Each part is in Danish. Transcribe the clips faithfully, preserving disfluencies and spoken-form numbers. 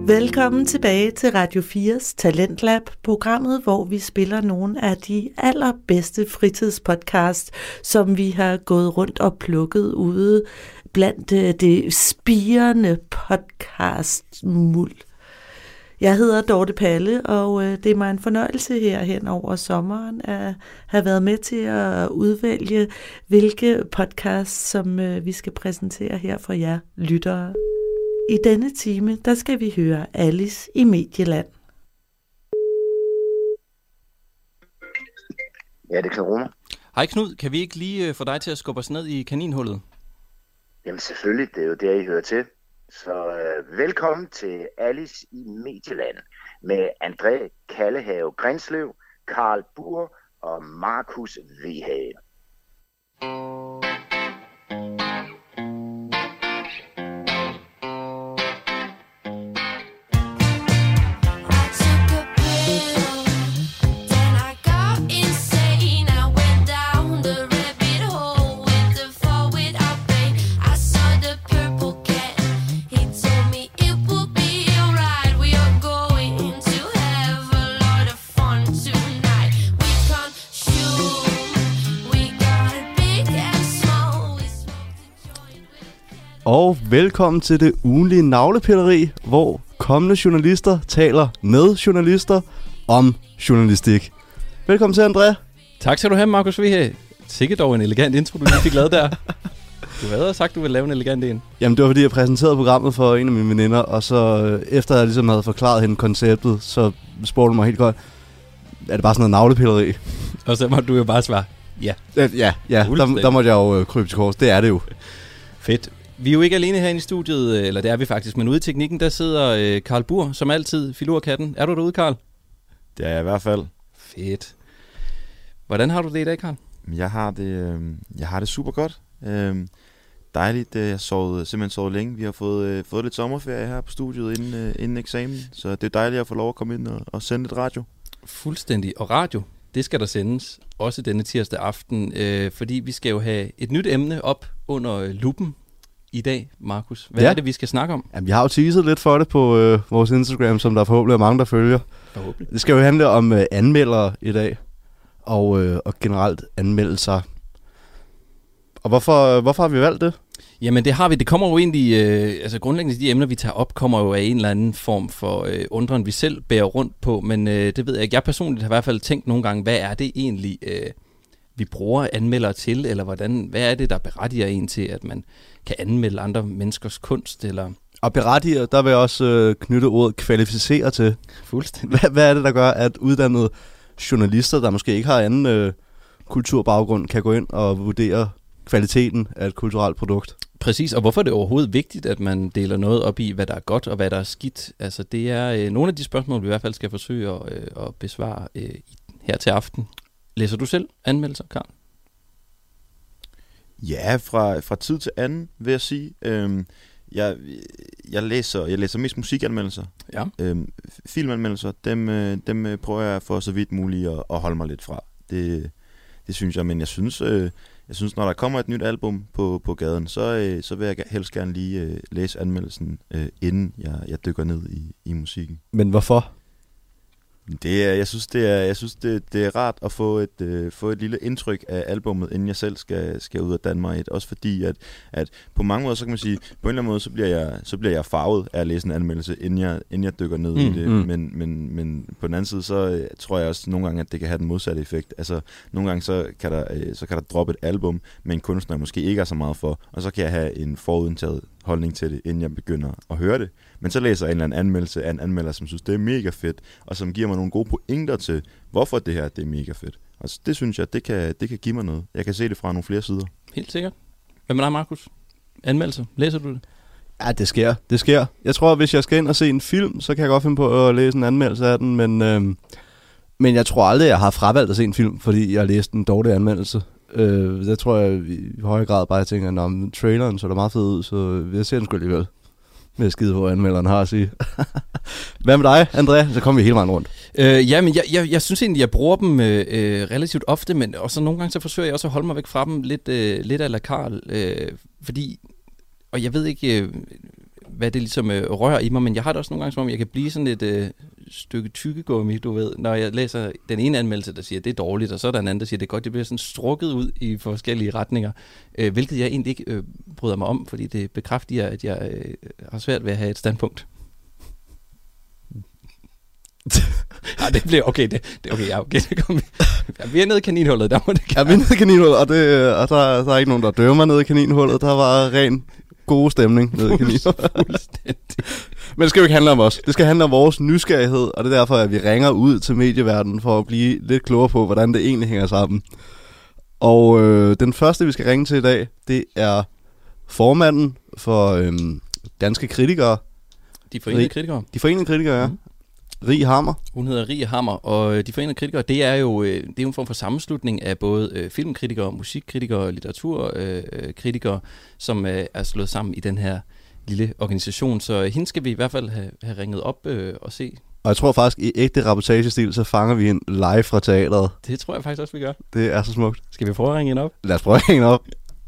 Velkommen tilbage til Radio fires Talentlab, programmet, hvor vi spiller nogle af de allerbedste fritidspodcasts, som vi har gået rundt og plukket ude blandt det spirende podcastmuld. Jeg hedder Dorte Palle, og det er mig en fornøjelse her hen over sommeren at have været med til at udvælge, hvilke podcasts, som vi skal præsentere her for jer lyttere. I denne time, der skal vi høre Alice i Medieland. Ja, det kan Rune. Hej Knud, kan vi ikke lige få dig til at skubbe os ned i kaninhullet? Jamen selvfølgelig, det er jo der, I hører til. Så øh, velkommen til Alice i Medieland med André Kallehave Grinslev, Karl Buhr og Markus Vehage. Og velkommen til det ugenlige navlepilleri, hvor kommende journalister taler med journalister om journalistik. Velkommen til, André. Tak skal du have, Markus Vehage. Sikkert dog en elegant intro, du lige fik lavet der. Du havde sagt, du ville lave en elegant en. Jamen, det var fordi, jeg præsenterede programmet for en af mine veninder, og så efter jeg ligesom havde forklaret hende konceptet, så spurgte hun mig helt godt, er det bare sådan noget navlepilleri? Og så måtte du jo bare svare, ja. Ja, ja, ja. Der, der måtte jeg jo krybe til kors. Det er det jo. Fedt. Vi er jo ikke alene herinde i studiet, eller det er vi faktisk, men ude i teknikken, der sidder øh, Karl Buhr, som altid, filurkatten. Er du derude, Karl? Det er jeg i hvert fald. Fedt. Hvordan har du det i dag, Karl? Jeg har det, øh, jeg har det super godt. Øh, dejligt, jeg har sovet, simpelthen sovet længe. Vi har fået, øh, fået lidt sommerferie her på studiet inden, øh, inden eksamen, så det er dejligt at få lov at komme ind og, og sende et radio. Fuldstændig. Og radio, det skal der sendes, også denne tirsdag aften, øh, fordi vi skal jo have et nyt emne op under luppen i dag, Markus. Hvad ja. er det, vi skal snakke om? Jamen, jeg har jo teaset lidt for det på øh, vores Instagram, som der forhåbentlig er mange, der følger. Forhåbentlig. Det skal jo handle om øh, anmeldere i dag, og, øh, og generelt anmeldelser. Og hvorfor, hvorfor har vi valgt det? Jamen, det har vi. Det kommer jo egentlig, øh, altså grundlæggende de emner, vi tager op, kommer jo af en eller anden form for øh, undren, vi selv bærer rundt på, men øh, det ved jeg ikke. Jeg personligt har i hvert fald tænkt nogle gange, hvad er det egentlig, øh, vi bruger anmeldere til, eller hvordan, hvad er det, der berettiger en til, at man kan anmelde andre menneskers kunst, eller... Og berettiger, der vil jeg også øh, knytte ordet kvalificere til. Fuldstændig. Hvad, hvad er det, der gør, at uddannede journalister, der måske ikke har anden øh, kulturbaggrund, kan gå ind og vurdere kvaliteten af et kulturelt produkt? Præcis, og hvorfor er det overhovedet vigtigt, at man deler noget op i, hvad der er godt og hvad der er skidt? Altså, det er øh, nogle af de spørgsmål, vi i hvert fald skal forsøge at, øh, at besvare øh, her til aften. Læser du selv anmeldelser, Karl? Ja, fra, fra tid til anden, vil jeg sige. Øhm, jeg, jeg, læser, jeg læser mest musikanmeldelser. Ja. Øhm, filmanmeldelser, dem, øh, dem øh, prøver jeg for så vidt muligt at, at holde mig lidt fra. Det, det synes jeg, men jeg synes, øh, jeg synes, når der kommer et nyt album på, på gaden, så, øh, så vil jeg helst gerne lige øh, læse anmeldelsen, øh, inden jeg, jeg dykker ned i, i musikken. Men hvorfor? Det er, jeg synes, det er, jeg synes det, det er rart at få et, øh, få et lille indtryk af albummet, inden jeg selv skal, skal ud og danne mig et. Også fordi, at, at på mange måder, så kan man sige, på en eller anden måde, så bliver jeg, så bliver jeg farvet af at læse en anmeldelse, inden jeg, inden jeg dykker ned mm, i det. Mm. Men, men, men på den anden side, så øh, tror jeg også nogle gange, at det kan have den modsatte effekt. Altså, nogle gange, så kan der, øh, så kan der droppe et album, med en kunstner, jeg måske ikke er så meget for, og så kan jeg have en forudindtaget holdning til det, inden jeg begynder at høre det. Men så læser jeg en eller anden anmeldelse af en anmelder, som synes, det er mega fedt, og som giver mig nogle gode pointer til, hvorfor det her det er mega fedt. Og det synes jeg, det kan, det kan give mig noget. Jeg kan se det fra nogle flere sider. Helt sikkert. Hvad med dig, Markus? Anmeldelser. Læser du det? Ja, det sker. Det sker. Jeg tror, at hvis jeg skal ind og se en film, så kan jeg godt finde på at læse en anmeldelse af den, men, øhm, men jeg tror aldrig, jeg har fravalgt at se en film, fordi jeg har læst en dårlig anmeldelse. Øh, det tror jeg i højere grad bare, jeg tænker, at traileren så der meget fed ud, så jeg ser den sgu alligevel. Med at skide på, hvad anmelderen har at sige. Hvad med dig, André? Så kommer vi hele vejen rundt. Øh, ja, men jeg, jeg, jeg synes egentlig, jeg bruger dem øh, relativt ofte, men også nogle gange så forsøger jeg også at holde mig væk fra dem lidt, øh, lidt a la Karl. Øh, fordi, og jeg ved ikke, øh, hvad det ligesom øh, rører i mig, men jeg har det også nogle gange, som om jeg kan blive sådan et øh, stykke tykkegummi, du ved, når jeg læser den ene anmeldelse, der siger, det er dårligt, og så er der en anden, der siger, det er godt. Det bliver sådan strukket ud i forskellige retninger, øh, hvilket jeg egentlig ikke øh, bryder mig om, fordi det bekræfter, at jeg øh, har svært ved at have et standpunkt. Ja, det bliver okay, det, det okay, ja, okay, det kommer vi. Ja, vi er nede i kaninhullet, der må det Ja, vi er nede i kaninhullet, og, det, og der, der er ikke nogen, der dømmer nede i kaninhullet. Der var ren god stemning nede i kaninhullet. Fuldstændig. Men det skal jo ikke handle om os. Det skal handle om vores nysgerrighed, og det er derfor, at vi ringer ud til medieverdenen for at blive lidt klogere på, hvordan det egentlig hænger sammen. Og øh, den første, vi skal ringe til i dag, det er formanden for øh, Danske Kritikere. De forenede kritikere. De forenede kritikere, ja. Mm. Rie Hammer. Hun hedder Rie Hammer, og De Forenede Kritikere, det er jo det er jo en form for sammenslutning af både øh, filmkritikere, musikkritikere, litteraturkritikere, øh, som øh, er slået sammen i den her lille organisation. Så hende skal vi i hvert fald have, have ringet op øh, og se. Og jeg tror faktisk, i ægte reportagestil, så fanger vi en live fra teateret. Det tror jeg faktisk også, vi gør. Det er så smukt. Skal vi prøve at ringe hende op? Lad os prøve at ringe hende op.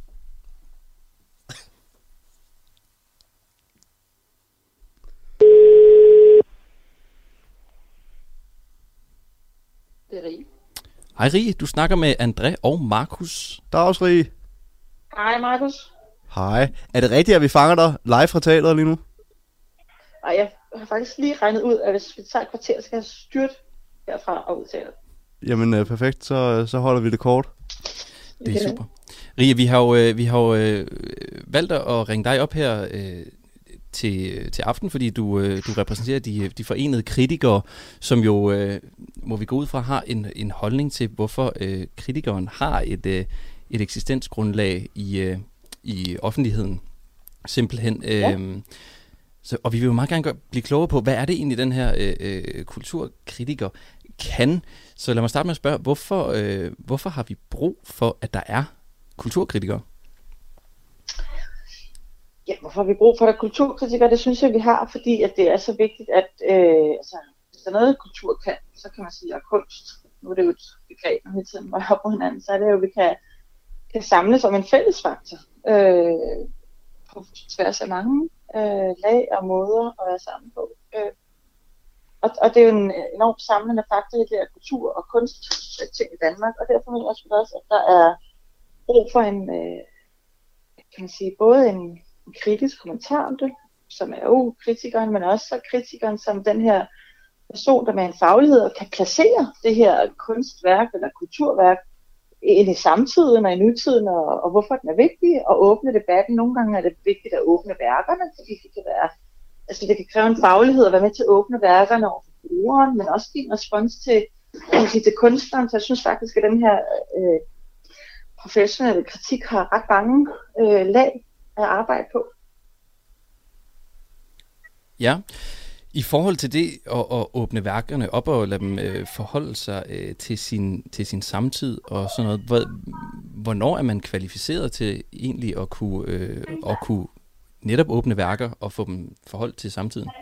Det er Rie. Hej Rie, du snakker med André og Markus. Der er også Rie. Hej Markus. Hej. Er det rigtigt, at vi fanger dig live fra teateret lige nu? Og jeg har faktisk lige regnet ud, at hvis vi tager et kvarter, så skal jeg styrt herfra og ud til teateret. Jamen øh, perfekt, så, så holder vi det kort. Det er super. Rie, vi har jo, øh, vi har jo øh, valgt at ringe dig op her øh, til, til aften, fordi du, øh, du repræsenterer de, de forenede kritikere, som jo, øh, må vi gå ud fra, har en, en holdning til, hvorfor øh, kritikeren har et, øh, et eksistensgrundlag i, øh, i offentligheden. Simpelthen. Øh, ja. Så, og vi vil jo meget gerne gøre, blive klogere på, hvad er det egentlig, den her øh, øh, kulturkritiker kan. Så lad mig starte med at spørge, hvorfor, øh, hvorfor har vi brug for, at der er kulturkritikere? Ja, hvorfor har vi brug for der kulturkritikere? Det synes jeg, vi har, fordi at det er så vigtigt, at øh, altså, hvis der er noget, kultur kan, så kan man sige, at kunst, nu er det jo et begreb, når vi tiden var op på hinanden, så er det jo, at vi kan, kan samles om en fælles faktor øh, på tværs af mange øh, lag og måder at være sammen på. Øh, og, og det er jo en enormt samlende faktor i det her kultur og kunst ting i Danmark, og derfor mener jeg også, at der er brug for en, øh, kan man sige, både en en kritisk kommentar om det, som er jo kritikeren, men også så kritikeren som den her person, der med en faglighed kan placere det her kunstværk eller kulturværk ind i samtiden og i nutiden, og, og hvorfor den er vigtig, og åbne debatten. Nogle gange er det vigtigt at åbne værkerne, fordi det kan være, altså det kan kræve en faglighed at være med til at åbne værkerne over for brugeren, men også give en respons til, til, til kunstneren. Så jeg synes faktisk, at den her øh, professionelle kritik har ret mange øh, lag at arbejde på. Ja, i forhold til det at, at åbne værkerne op og lade dem øh, forholde sig øh, til, sin, til sin samtid og sådan noget, hvor, hvornår er man kvalificeret til egentlig at kunne, øh, at kunne netop åbne værker og få dem forholdt til samtiden?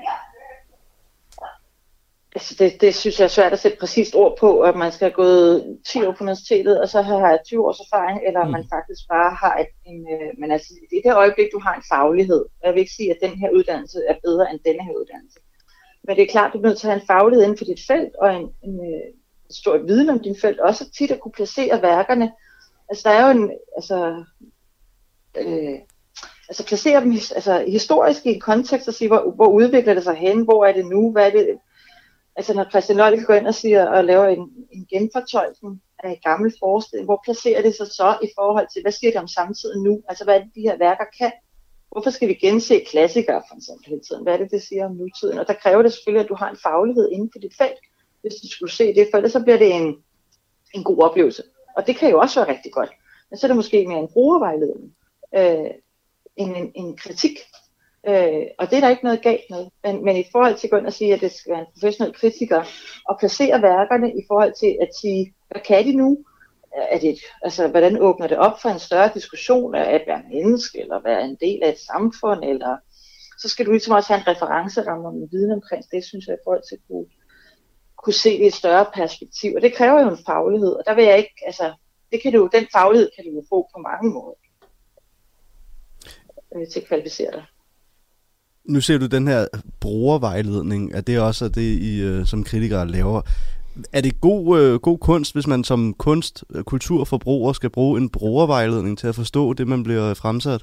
Altså det, det synes jeg er svært at sætte præcist ord på, at man skal have gået ti år på universitetet, og så have tyve års erfaring, eller mm. man faktisk bare har et, en... Øh, men altså, i det øjeblik, du har en faglighed, jeg vil ikke sige, at den her uddannelse er bedre end denne her uddannelse. Men det er klart, du er nødt til at have en faglighed inden for dit felt, og en, en, en stor viden om dit felt, også tit at kunne placere værkerne. Altså der er jo en... Altså, øh, altså placere dem altså, historisk i en kontekst, og sige, hvor, hvor udvikler det sig hen, hvor er det nu, hvad er det... Altså når Christian Nolke går ind og siger og laver en, en genfortolkning af en gammel forestilling, hvor placerer det sig så i forhold til, hvad siger det om samtiden nu? Altså hvad er det, de her værker kan? Hvorfor skal vi gense klassikere for eksempel hele tiden? Hvad er det, det siger om nutiden? Og der kræver det selvfølgelig, at du har en faglighed inden for dit felt, hvis du skulle se det, for ellers så bliver det en, en god oplevelse. Og det kan jo også være rigtig godt. Men så er det måske mere en brugervejledning, øh, en, en, en kritik. Øh, og det er der ikke noget galt med. Men, men i forhold til at gå ind og sige, at det skal være en professionel kritiker, og placere værkerne i forhold til at sige, hvad kan de nu? Er det, altså, hvordan åbner det op for en større diskussion af at være menneske, eller være en del af et samfund, eller så skal du ligesom også have en referenceramme og en viden omkring det, synes jeg, i forhold til at kunne, kunne se det i et større perspektiv. Og det kræver jo en faglighed, og der vil jeg ikke, altså, det kan du, den faglighed kan du jo få på mange måder øh, til at kvalificere dig. Nu ser du den her brugervejledning, at det også er det, I øh, som kritikere laver. Er det god, øh, god kunst, hvis man som kunst, kulturforbruger skal bruge en brugervejledning til at forstå det, man bliver fremsat?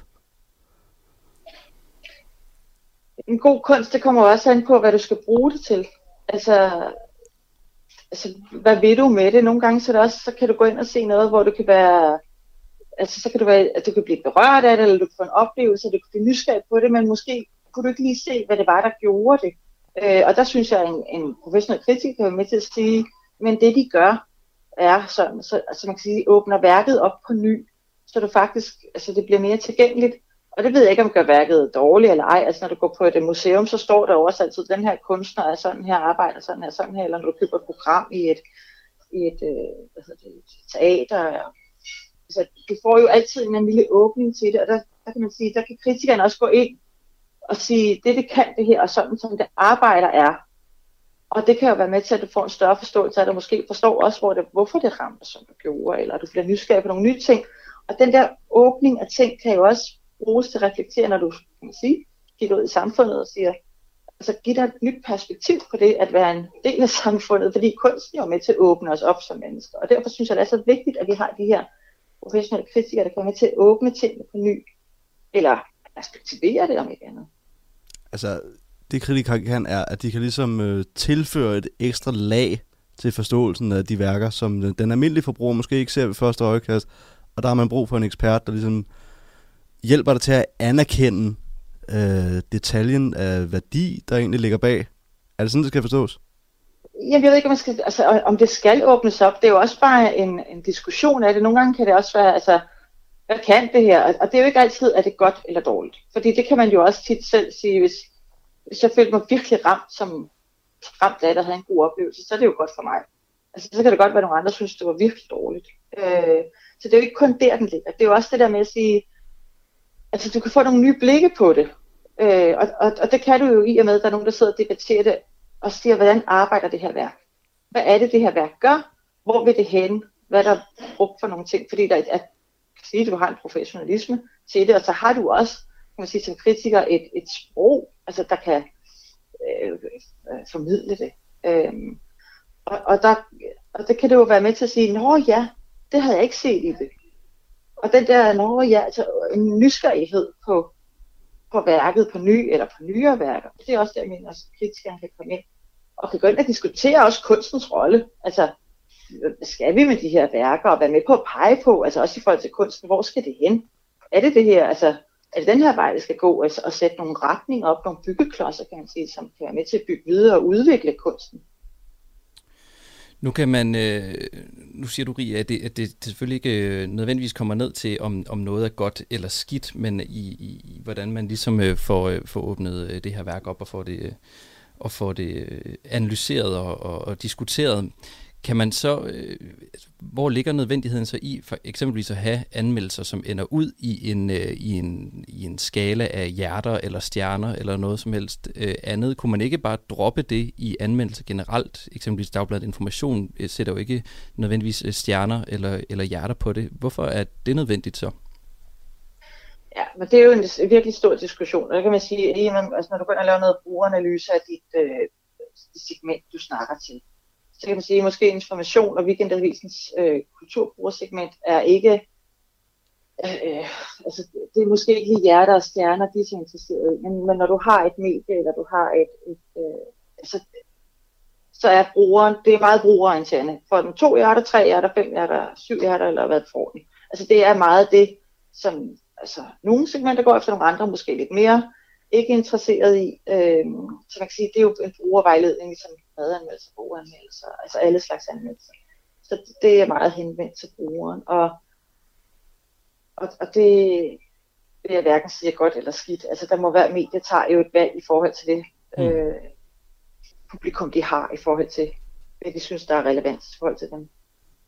En god kunst, det kommer også an på, hvad du skal bruge det til. Altså, altså hvad vil du med det? Nogle gange så, det også, så kan du gå ind og se noget, hvor du kan være, altså så kan du, være, at du kan blive berørt af det, eller du kan få en oplevelse, og du kan blive nysgerrig på det, men måske kunne du ikke lige se, hvad det var, der gjorde det. Øh, og der synes jeg, at en, en professionel kritiker kan være med til at sige, men det de gør, er sådan, så altså man kan sige, åbner værket op på ny, så du faktisk, altså det bliver mere tilgængeligt. Og det ved jeg ikke, om gør værket dårligt eller ej. Altså når du går på et museum, så står der også altid, den her kunstner er sådan her, arbejder sådan her, sådan her. Eller når du køber et program i et, i et, øh, hvad hedder det, et teater. Altså, du får jo altid en lille åbning til det, og der, der kan man sige, der kan kritikeren også gå ind og sige, det det kan det her, og sådan som det arbejder er. Og det kan jo være med til, at du får en større forståelse af, at du måske forstår også, hvor det, hvorfor det rammer, som du gjorde, eller du bliver nysgerrig på nogle nye ting. Og den der åbning af ting kan jo også bruges til at reflektere, når du kan man sige, kigger ud i samfundet og siger, altså giv dig et nyt perspektiv på det, at være en del af samfundet, fordi kunsten er jo med til at åbne os op som mennesker. Og derfor synes jeg, det er så vigtigt, at vi har de her professionelle kritikere, der kommer med til at åbne tingene på ny, eller perspektivere det om ikke andet. Altså, det kritikere kan er, at de kan ligesom øh, tilføre et ekstra lag til forståelsen af de værker, som den almindelige forbruger måske ikke ser ved første øjekast, og der har man brug for en ekspert, der ligesom hjælper dig til at anerkende øh, detaljen af værdi, der egentlig ligger bag. Er det sådan, det skal forstås? Jeg ved ikke, om, man skal, altså, om det skal åbnes op. Det er jo også bare en, en diskussion af det. Nogle gange kan det også være, altså, hvad kan det her? Og det er jo ikke altid, at det er godt eller dårligt. Fordi det kan man jo også tit selv sige, hvis, hvis jeg følte mig virkelig ramt som ramt af, der havde en god oplevelse, så er det jo godt for mig. Altså, så kan det godt være, at nogle andre synes, det var virkelig dårligt. Øh, så det er jo ikke kun der, den ligger. Det er jo også det der med at sige, altså du kan få nogle nye blikke på det. Øh, og, og, og det kan du jo i og med, at der er nogen, der sidder og debatterer det, og siger, hvordan arbejder det her værk? Hvad er det, det her værk gør? Hvor vil det hen? Hvad er der brugt for nogle ting? Fordi der er, at, sige, at du har en professionalisme til det, og så har du også, kan man sige, som kritiker et, et sprog, altså der kan øh, øh, formidle det. Øh, og, og, der, og det kan det jo være med til at sige, nå ja, det havde jeg ikke set i det. Og den der, nå ja, altså en nysgerrighed på, på værket, på ny eller på nyere værker, det er også der, jeg mener, at kritikeren kan komme ind og kan gå ind og diskutere også kunstens rolle. Altså, hvad skal vi med de her værker, og være med på at pege på, altså også i forhold til kunsten, hvor skal det hen? Er det det her, altså, er det den her vej, det skal gå, altså at sætte nogle retninger op, nogle byggeklodser, kan man sige, som kan være med til at bygge videre og udvikle kunsten? Nu kan man, øh, nu siger du, Rie, at det, at det selvfølgelig ikke nødvendigvis kommer ned til, om, om noget er godt eller skidt, men i, i, i hvordan man ligesom øh, får, øh, får åbnet øh, det her værk op og får det, øh, og får det analyseret og, og, og diskuteret. Kan man så, øh, hvor ligger nødvendigheden så i, for eksempelvis at have anmeldelser, som ender ud i en, øh, i en, i en skala af hjerter eller stjerner eller noget som helst øh, andet? Kunne man ikke bare droppe det i anmeldelser generelt? Eksempelvis Dagbladet Information øh, sætter jo ikke nødvendigvis stjerner eller, eller hjerter på det. Hvorfor er det nødvendigt så? Ja, men det er jo en virkelig stor diskussion, og det kan man sige, at altså, når du går ind og laver noget brugeranalyse af dit øh, segment, du snakker til, så kan man sige, at måske Information og Weekendavisens øh, kulturbrugersegment er ikke, øh, altså det er måske ikke lige hjerter og stjerner, de er så interesseret i, men, men når du har et medie, eller du har et, et øh, altså, så er brugeren, det er meget brugerorienterende. Får den to hjerter, tre hjerter, fem hjerter, syv hjerter, eller hvad får den? Altså det er meget det, som altså, nogle segmenter går efter, nogle andre måske lidt mere ikke interesseret i. Øh, så man kan sige, det er jo en brugervejledning, ligesom madanmeldelser, boganmeldelser, altså alle slags anmeldelser. Så det er meget henvendt til brugeren, og, og, og det vil jeg hverken sige godt eller skidt. Altså der må være, medier tager jo et valg i forhold til det mm. øh, publikum, de har i forhold til, hvad de synes, der er relevant i forhold til dem.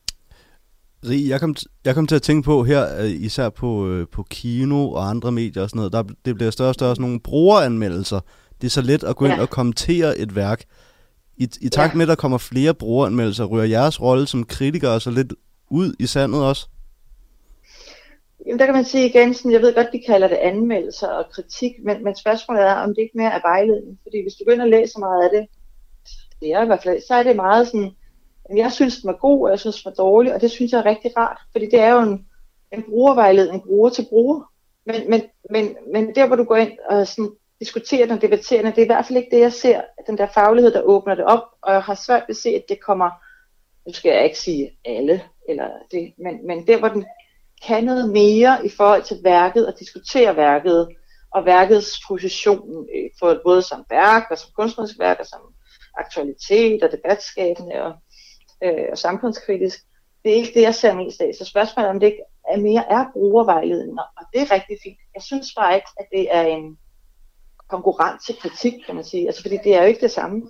Rie, jeg kom, t- jeg kom til at tænke på her, især på, øh, på kino og andre medier og sådan noget, der, det bliver større og større sådan nogle brugeranmeldelser. Det er så let at gå ind ja. og kommentere et værk. I, i takt ja. med, at der kommer flere brugeranmeldelser, rører jeres rolle som kritikere så lidt ud i sandet også? Jamen der kan man sige igen, sådan, jeg ved godt, de kalder det anmeldelser og kritik, men, men spørgsmålet er, om det ikke mere er vejledning. Fordi hvis du går ind og læser meget af det, det er i hvert fald, så er det meget sådan, jeg synes den var god, og jeg synes den var dårlig, og det synes jeg er rigtig rart, fordi det er jo en, en brugervejledning, bruger til bruger. Men, men, men, men der hvor du går ind og sådan, diskuterer den og debatterer den, det er i hvert fald ikke det, jeg ser, den der faglighed, der åbner det op, og jeg har svært ved at se, at det kommer, nu skal jeg ikke sige alle, eller det, men, men der hvor den kan noget mere i forhold til værket, og diskutere værket, og værkets position, for både som værk, og som kunstnerisk værk, og som aktualitet, og debatskabende, og, øh, og samfundskritisk. Det er ikke det, jeg ser mest af. Så spørgsmålet om det ikke er mere er brugervejledninger, og det er rigtig fint. Jeg synes bare ikke, at det er en konkurrent til kritik, kan man sige. Altså, fordi det er jo ikke det samme.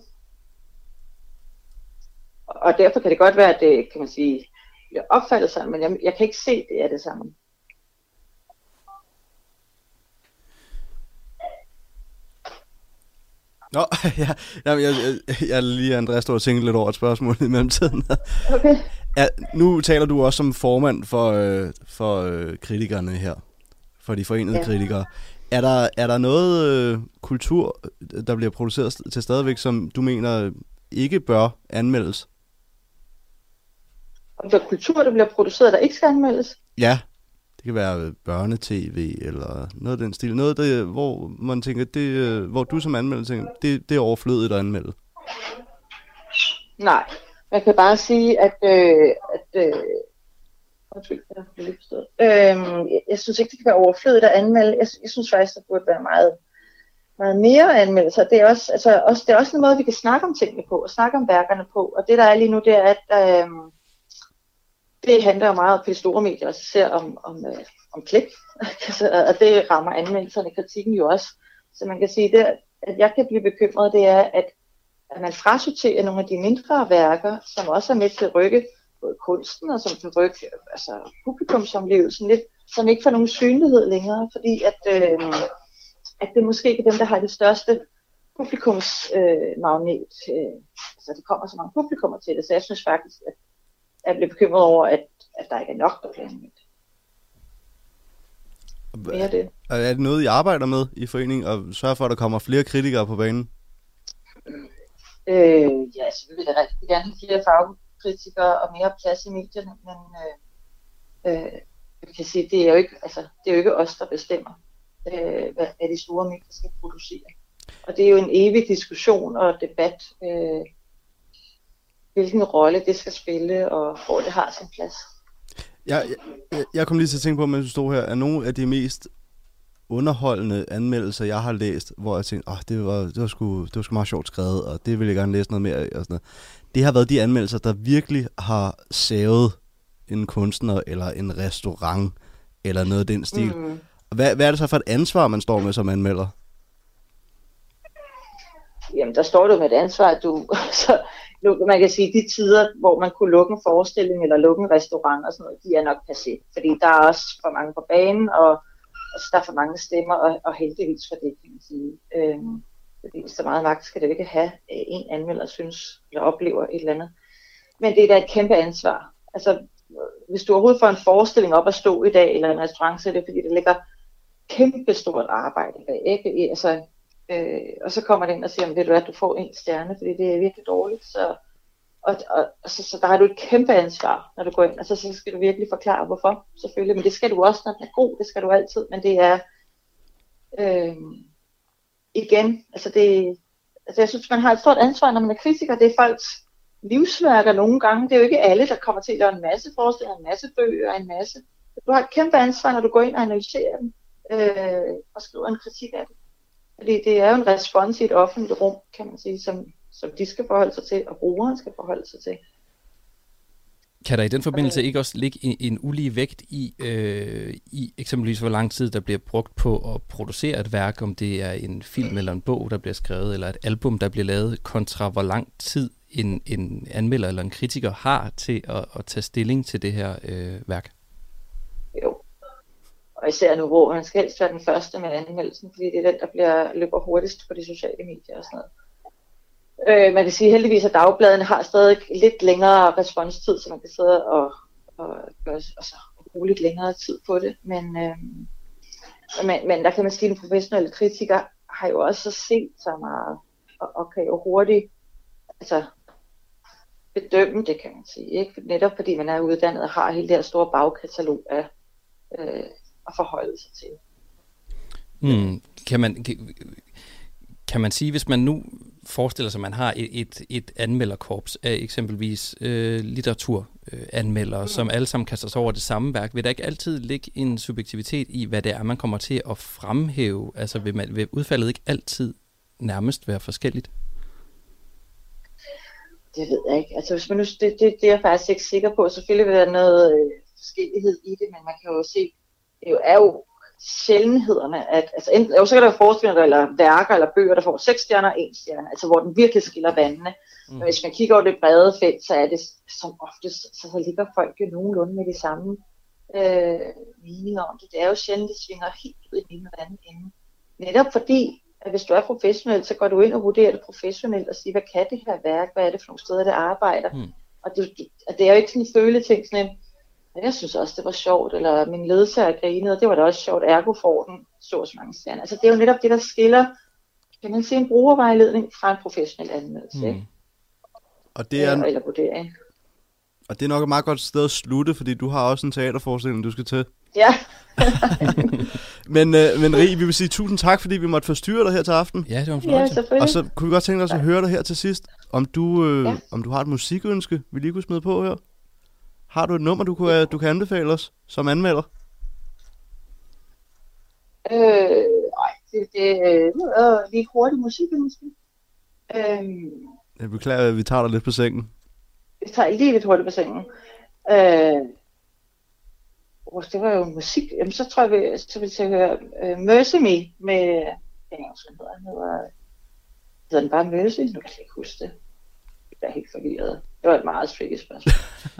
Og derfor kan det godt være, at det, kan man sige, bliver opfattet sådan, men jeg, jeg kan ikke se, at det er det samme. Nå, ja, jeg, jeg, jeg, jeg lige, Andreas, står og tænker lidt over et spørgsmål i mellemtiden. Okay. Ja, nu taler du også som formand for, øh, for øh, kritikerne her, for de forenede ja. kritikere. Er der, er der noget øh, kultur, der bliver produceret til stadigvæk, som du mener ikke bør anmeldes? Om der er kultur, der bliver produceret, der ikke skal anmeldes? Ja, det kan være børnetv eller noget af den stil. Noget, der, hvor man tænker, det, hvor du som anmelder tænker, det, det er overflødigt at anmelde. Nej, man kan bare sige, at, øh, at øh, undskyld, jeg har ikke forstået. Øh, jeg synes ikke, det kan være overflødigt at anmelde. Jeg, jeg synes faktisk, der burde være meget, meget mere anmeldelser. Det er også, altså, også, det er også en måde, vi kan snakke om tingene på, og snakke om værkerne på. Og det, der er lige nu, det er, at øh, det handler jo meget på de store medier, altså ser om, om, øh, om klik. Og det rammer anmeldelserne, kritikken jo også. Så man kan sige, det, at jeg kan blive bekymret, det er, at, at man frasorterer nogle af de mindre værker, som også er med til at rykke både kunsten, og som kan rykke altså, publikumsomlevelsen lidt, som ikke får nogen synlighed længere, fordi at, øh, at det måske ikke er dem, der har det største publikumsmagnet. Øh, øh, altså, det kommer så mange publikummer til det, så jeg synes faktisk, at jeg bliver bekymret over, at, at der ikke er nok, der bliver anmeldt. Er det. Er det noget, I arbejder med i foreningen, og sørge for, at der kommer flere kritikere på banen? Øh, ja, altså, vi vil da rigtig gerne have flere fagkritikere og mere plads i medierne, men øh, øh, jeg kan sige, det er jo ikke, altså, det er jo ikke os, der bestemmer, øh, hvad, hvad de store medier skal producere. Og det er jo en evig diskussion og debat, øh, hvilken rolle det skal spille, og hvor det har sin plads. Jeg, jeg, jeg kom lige til at tænke på, mens du stod her, at nogle af de mest underholdende anmeldelser, jeg har læst, hvor jeg tænkte, åh, oh, det var, det var sgu, det var sgu meget sjovt skrevet, og det ville jeg gerne læse noget mere af, og sådan noget. Det har været de anmeldelser, der virkelig har savet en kunstner, eller en restaurant, eller noget af den stil. Mm. Hvad, hvad er det så for et ansvar, man står med som anmelder? Jamen, der står du med et ansvar, at du, så, man kan sige, de tider, hvor man kunne lukke en forestilling, eller lukke en restaurant og sådan noget, de er nok passé. Fordi der er også for mange på banen, og altså, der er for mange stemmer, og, og heldigvis for det, kan man sige. Øhm, fordi så meget magt skal det jo ikke have, en anmelder synes, eller oplever et eller andet. Men det er da et kæmpe ansvar. Altså, hvis du overhovedet får en forestilling op at stå i dag, eller en restaurant, så er det fordi, det ligger kæmpe stort arbejde bag, ikke? Altså, Øh, og så kommer det ind og siger, ved du hvad, du får en stjerne, fordi det er virkelig dårligt. Så, og, og, og så, så der har du et kæmpe ansvar, når du går ind, og så, så skal du virkelig forklare, hvorfor, selvfølgelig. Men det skal du også, når den er god, det skal du altid. Men det er, øh, igen, altså det, altså jeg synes, man har et stort ansvar, når man er kritiker. Det er folks livsværker nogle gange. Det er jo ikke alle, der kommer til at lave en masse forestillinger, en masse bøger, en masse. Du har et kæmpe ansvar, når du går ind og analyserer dem, øh, og skriver en kritik af det. Fordi det er jo en respons i et offentligt rum, kan man sige, som, som de skal forholde sig til, og brugeren skal forholde sig til. Kan der i den forbindelse ikke også ligge en, en ulige vægt i, øh, i eksempelvis hvor lang tid der bliver brugt på at producere et værk, om det er en film eller en bog, der bliver skrevet, eller et album, der bliver lavet, kontra hvor lang tid en, en anmelder eller en kritiker har til at, at tage stilling til det her øh, værk? Jo. Og især nu, hvor man skal helst være den første med anmeldelsen, fordi det er den, der bliver, løber hurtigst på de sociale medier og sådan noget. Øh, man kan sige heldigvis, at dagbladene har stadig lidt længere responstid, så man kan sidde og, og, og altså, bruge lidt længere tid på det. Men, øh, men, men der kan man sige, at den professionelle kritiker har jo også set så meget, og, og kan jo hurtigt altså, bedømme det, kan man sige. Ikke? Netop fordi man er uddannet og har hele det her store bagkatalog af øh, at forholde sig til. Hmm. Kan man... Kan, Kan man sige, hvis man nu forestiller sig, at man har et, et, et anmelderkorps af eksempelvis øh, litteraturanmeldere, øh, som alle sammen kaster sig over det samme værk, vil der ikke altid ligge en subjektivitet i, hvad det er, man kommer til at fremhæve? Altså vil, man, vil udfaldet ikke altid nærmest være forskelligt? Det ved jeg ikke. Altså hvis man nu, det, det, det er jeg faktisk ikke sikker på. Selvfølgelig vil der være noget øh, forskellighed i det, men man kan jo se, det jo er jo sjældenhederne, at altså enten, jo, så kan der være forestillinger eller værker eller bøger, der får seks stjerner og en stjerne, altså hvor den virkelig skiller vandene. Mm. Men hvis man kigger over det brede felt, så er det som oftest, så, så ligger folk jo nogenlunde med de samme øh, meninger om det. Det er jo sjældent, det svinger helt ud i den ene eller anden ende. Netop fordi, at hvis du er professionel, så går du ind og vurderer det professionelt og siger, hvad kan det her værk, hvad er det for nogle steder, det arbejder. Mm. Og det, det, det er jo ikke sådan en føleting, sådan en, jeg synes også, det var sjovt, eller min ledsager grinede, og det var da også sjovt, ergo får den så så mange stjerner. Altså det er jo netop det, der skiller, kan man sige, en brugervejledning fra en professionel anmeldelse, mm. og det er en, eller vurdering. Og det er nok et meget godt sted at slutte, fordi du har også en teaterforestilling, du skal til. Ja. men, øh, men Rie, vi vil sige tusind tak, fordi vi måtte forstyrre dig her til aften. Ja, det var en fornøjelse. Ja, og så kunne vi godt tænke os at høre dig her til sidst, om du, øh, ja. om du har et musikønske, vi lige kunne smide på her. Har du et nummer, du, kunne, du kan anbefale os som anmelder? Øh, nej, det, det er lige hurtigt musik, måske. Øh, Jeg beklager, at vi tager dig lidt på sengen. Vi tager lige lidt hurtigt på sengen. Øh, oh, det var jo musik. Jamen, så tror jeg, vi, så vil jeg høre uh, Mercy Me med... Jeg kan ikke hedder den. Hedder den bare Mercy? Nu kan jeg ikke huske det. Jeg er helt forvirret. Det var et meget tricky spørgsmål.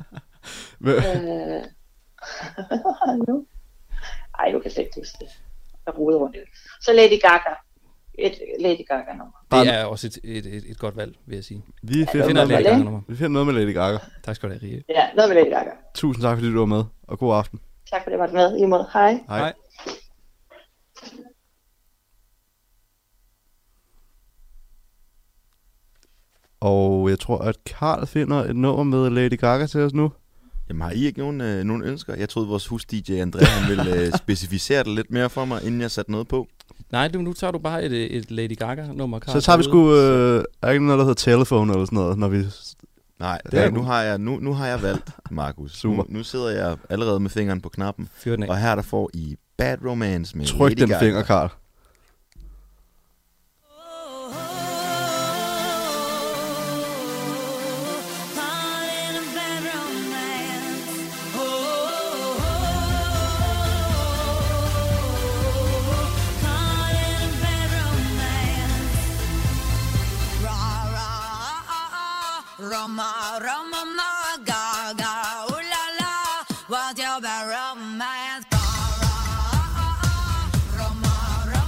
øh, nu? Ej, du kan slet ikke huske det. Jeg roder rundt i det. Så Lady Gaga. Et Lady Gaga nummer. Det er også et, et, et, et godt valg, vil jeg sige. Vi finder, ja, noget, med Lady Gaga vi finder noget med Lady Gaga. Tak skal du have, Rie. Ja, noget med Lady Gaga. Tusind tak, fordi du var med, og god aften. Tak fordi du var med. I mod. Hej. Hej. Hej. Og jeg tror, at Carl finder et nummer med Lady Gaga til os nu. Jamen har I ikke nogen, øh, nogen ønsker? Jeg troede, vores hus-D J André han ville øh, specificere det lidt mere for mig, inden jeg satte noget på. Nej, du, nu tager du bare et, et Lady Gaga-nummer, Carl. Så tager vi sgu... Øh, er ikke noget, der hedder Telephone eller sådan noget, når vi... Nej, det er, nu, har jeg, nu, nu har jeg valgt, Markus. Super. Nu, nu sidder jeg allerede med fingeren på knappen. Og her der får I Bad Romance med Tryk Lady den Gaga. finger, Carl. Roma, Roma, ma, Gaga, ooh la la, what's your bad romance? Roma, Roma,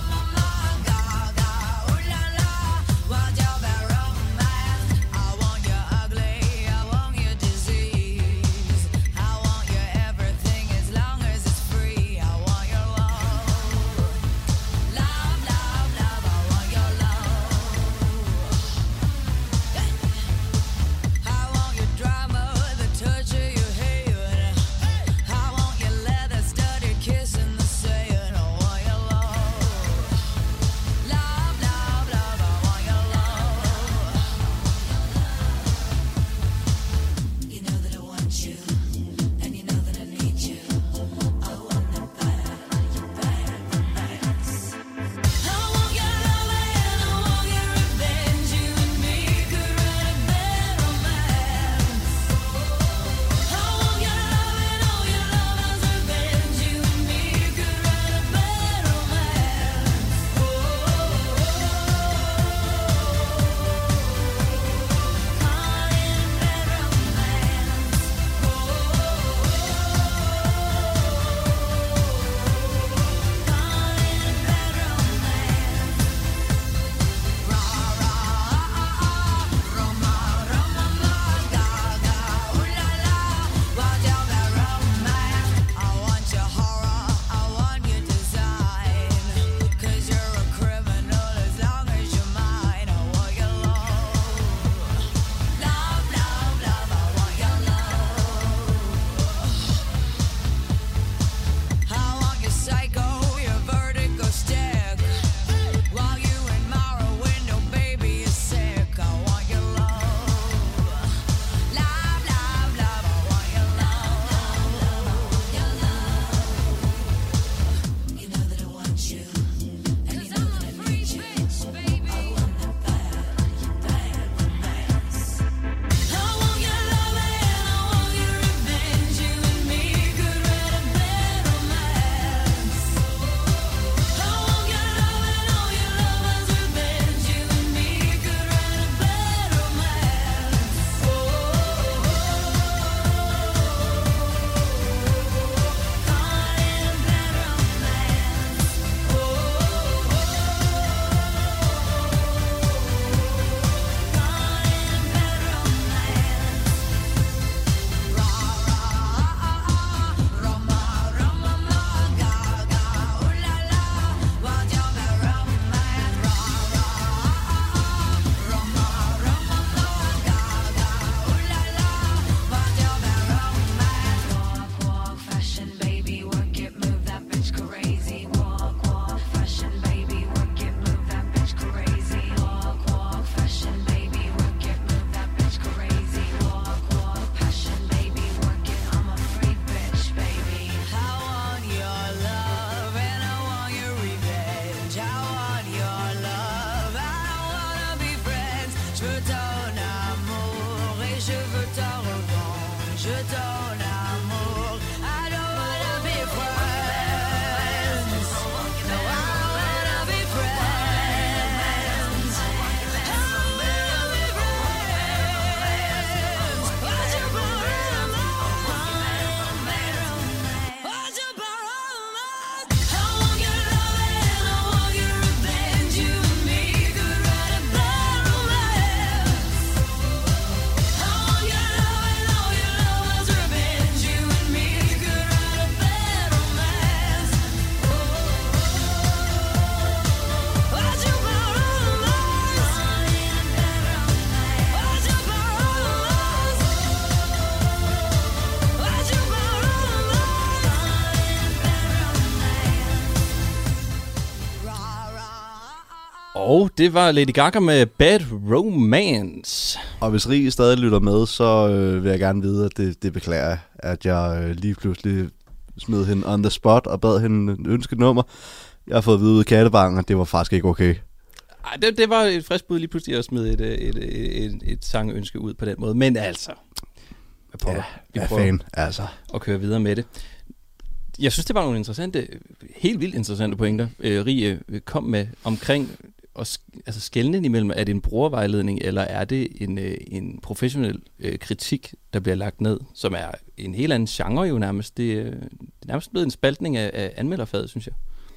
Og det var Lady Gaga med Bad Romance. Og hvis Rie stadig lytter med, så øh, vil jeg gerne vide, at det, det beklager jeg, at jeg øh, lige pludselig smed hende on the spot og bad hende ønske et nummer. Jeg har fået at vide ud i Kattebanken, at det var faktisk ikke okay. Ej, det, det var et frisk bud lige pludselig at smide et, et, et, et, et sangønske ud på den måde. Men altså, jeg prøver, ja, jeg er fan, altså. At køre videre med det. Jeg synes, det var nogle interessante, helt vildt interessante pointer, øh, Rie kom med omkring at altså skelnen imellem, er det en brugervejledning, eller er det en, øh, en professionel øh, kritik, der bliver lagt ned, som er en helt anden genre jo nærmest. Det, øh, det er nærmest blevet en spaltning af, af anmelderfaget, synes jeg.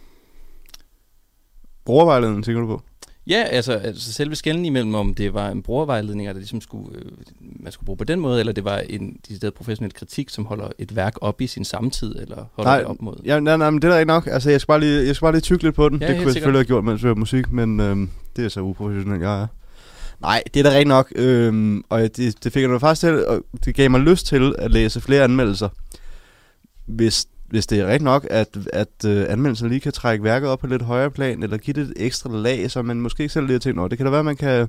Brugervejledning, tænker du på? Ja, altså, altså selve skelnen imellem, om det var en brugervejledning, der ligesom skulle, øh, man skulle bruge på den måde, eller det var en decideret professionel kritik, som holder et værk op i sin samtid, eller holder nej, det op mod... Ja, nej, nej, men det er da ikke nok. Altså, jeg skal bare lige, jeg skal bare lige tykke lidt på den. Ja, det kunne jeg selvfølgelig have gjort, mens vi hører musik, men øhm, det er så uprofessionelt, jeg er. Nej, det er da rigtig nok, øhm, og det, det fik jeg da faktisk til, og det gav mig lyst til at læse flere anmeldelser. Hvis Hvis det er rigtigt nok, at, at uh, anmeldelser lige kan trække værket op på lidt højere plan, eller give det et ekstra lag, så man måske ikke selv lige har tænkt over. Det kan da være, at man kan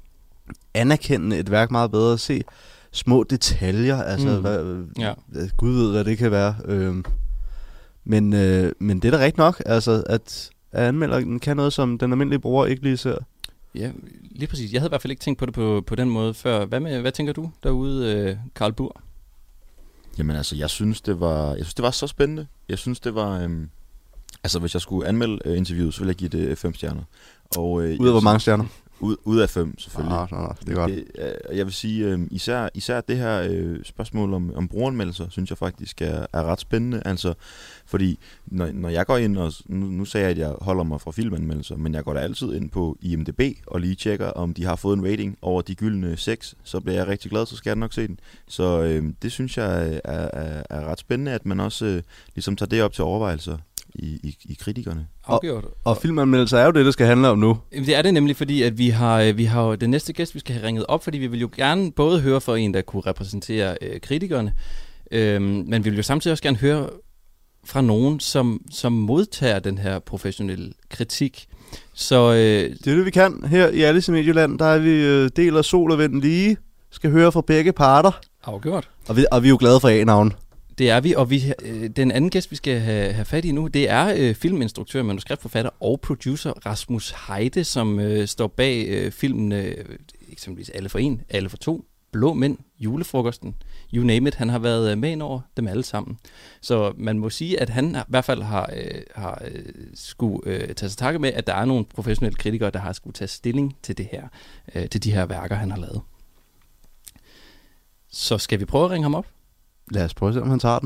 anerkende et værk meget bedre, se små detaljer, altså mm. hvad, ja. Gud ved, hvad det kan være. Øhm, men, øh, men det er da rigtigt nok, altså, at, at anmelderen kan noget, som den almindelige bruger ikke lige ser. Ja, lige præcis. Jeg havde i hvert fald ikke tænkt på det på, på den måde før. Hvad, med, hvad tænker du derude, øh, Karl Bur? Jamen altså, jeg synes, det var, jeg synes, det var så spændende. Jeg synes, det var... Øhm, altså, hvis jeg skulle anmelde øh, interviewet, så ville jeg give det fem stjerner. Og, øh, ud af hvor mange stjerner? Ud, ud af fem, selvfølgelig. Ah, nej, nej, det er godt. Det, øh, jeg vil sige, øh, især, især det her øh, spørgsmål om, om brugeranmeldelser, synes jeg faktisk er, er ret spændende. Altså, fordi når, når jeg går ind, og nu, nu sagde jeg, at jeg holder mig fra filmanmeldelser, men jeg går da altid ind på I M D B og lige tjekker, om de har fået en rating over de gyldne seks, så bliver jeg rigtig glad, så skal jeg nok se den. Så øh, det synes jeg er, er, er ret spændende, at man også øh, ligesom tager det op til overvejelser. I, i, i kritikerne. Afgjort. Og, og filmanmeldelser er jo det, det skal handle om nu. Det er det nemlig, fordi at vi har, vi har jo den næste gæst, vi skal have ringet op, fordi vi vil jo gerne både høre fra en, der kunne repræsentere øh, kritikerne, øh, men vi vil jo samtidig også gerne høre fra nogen, som, som modtager den her professionelle kritik. Så, øh, det er det, vi kan her i Alice i Medieland. Der er vi øh, deler sol og vind lige. Skal høre fra begge parter. Afgjort. Og vi, og vi er jo glade for A-navn. Det er vi, og vi, øh, den anden gæst, vi skal have, have fat i nu, det er øh, filminstruktør, manuskriptforfatter og producer Rasmus Heide, som øh, står bag øh, filmen, øh, eksempelvis Alle for en, Alle for to, Blå Mænd, Julefrokosten, you name it. Han har været øh, med ind over dem alle sammen. Så man må sige, at han i hvert fald har, øh, har øh, skulle øh, tage sig takke med, at der er nogle professionelle kritikere, der har skulle tage stilling til det her, øh, til de her værker, han har lavet. Så skal vi prøve at ringe ham op? Lad os prøve at se, om han tager den.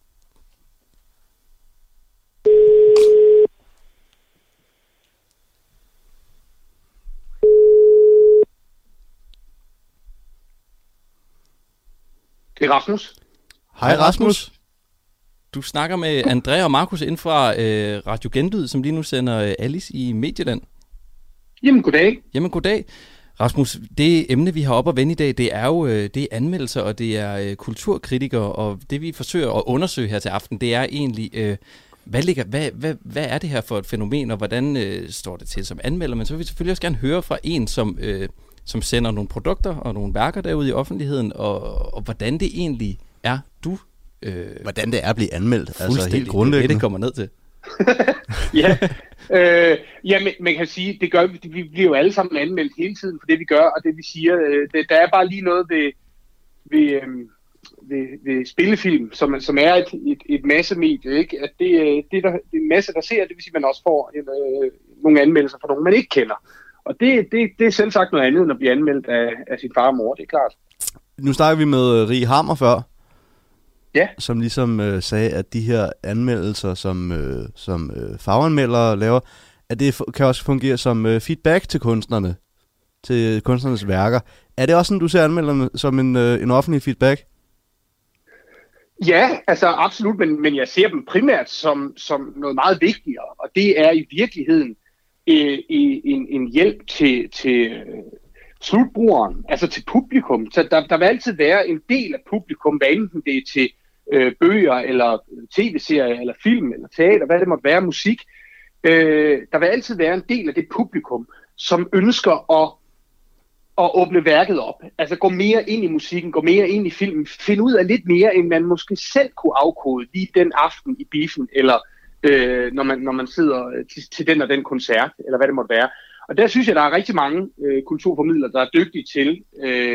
Det er Rasmus. Hej Rasmus. Du snakker med Andrea og Markus inden fra øh, Radio Genlyd, som lige nu sender øh, Alice i Medieland. Jamen, goddag. Jamen, goddag. Rasmus, det emne, vi har op at vende i dag, det er jo det er anmeldelser, og det er øh, kulturkritikere, og det vi forsøger at undersøge her til aften, det er egentlig, øh, hvad, ligger, hvad, hvad, hvad er det her for et fænomen, og hvordan øh, står det til som anmelder? Men så vil vi selvfølgelig også gerne høre fra en, som, øh, som sender nogle produkter og nogle værker derude i offentligheden, og, og hvordan det egentlig er, du... Øh, hvordan det er at blive anmeldt, altså helt grundlæggende. Det, det kommer ned til. ja, øh, ja men man kan sige, det gør vi, vi bliver jo alle sammen anmeldt hele tiden for det vi gør, og det vi siger, øh, det, der er bare lige noget ved, ved, øh, ved, ved spillefilm, som, som er et, et, et massemedie, ikke? At det, det, der, det er en masse, der ser, det vil sige, at man også får en, øh, nogle anmeldelser fra nogen, man ikke kender. Og det, det, det er selv sagt noget andet, end at blive anmeldt af, af sin far og mor, det er klart. Nu snakker vi med Rie Hammer før. Ja. Som ligesom øh, sagde, at de her anmeldelser, som, øh, som øh, faganmeldere laver, at det f- kan også fungere som øh, feedback til kunstnerne, til kunstnernes værker. Er det også sådan, du ser anmelderne som en, øh, en offentlig feedback? Ja, altså absolut, men, men jeg ser dem primært som, som noget meget vigtigere, og det er i virkeligheden øh, en, en hjælp til, til slutbrugeren, altså til publikum. Så der, der vil altid være en del af publikum, hvad enten det er til øh, bøger, eller tv-serier, eller film, eller teater, hvad det måtte være, musik. Øh, der vil altid være en del af det publikum, som ønsker at, at åbne værket op. Altså gå mere ind i musikken, gå mere ind i filmen, finde ud af lidt mere, end man måske selv kunne afkode lige den aften i biffen, eller øh, når, man, når man sidder til, til den og den koncert, eller hvad det måtte være. Og der synes jeg, der er rigtig mange øh, kulturformidlere, der er dygtige til øh,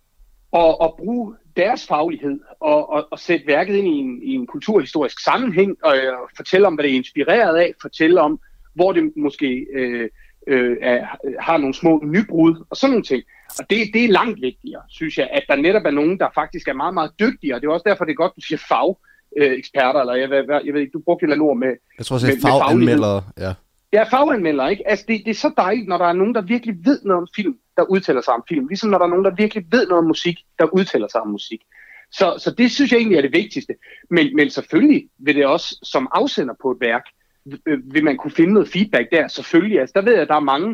at, at bruge deres faglighed og, og, og sætte værket ind i en, i en kulturhistorisk sammenhæng, og øh, fortælle om, hvad det er inspireret af, fortælle om, hvor det måske øh, øh, er, har nogle små nybrud og sådan nogle ting. Og det, det er langt vigtigere, synes jeg, at der netop er nogen, der faktisk er meget, meget dygtige, og det er også derfor, det er godt, du siger fag. Øh, eksperter, eller jeg, jeg, jeg ved ikke, du brugte et eller andet ord med Jeg tror også, det er faganmeldere, ja. Ja, faganmeldere, ikke? Altså, det, det er så dejligt, når der er nogen, der virkelig ved noget om film, der udtaler sig om film. Ligesom når der er nogen, der virkelig ved noget om musik, der udtaler sig om musik. Så, så det synes jeg egentlig er det vigtigste. Men, men selvfølgelig vil det også, som afsender på et værk, øh, vil man kunne finde noget feedback der, selvfølgelig. Altså, der ved jeg, at der er mange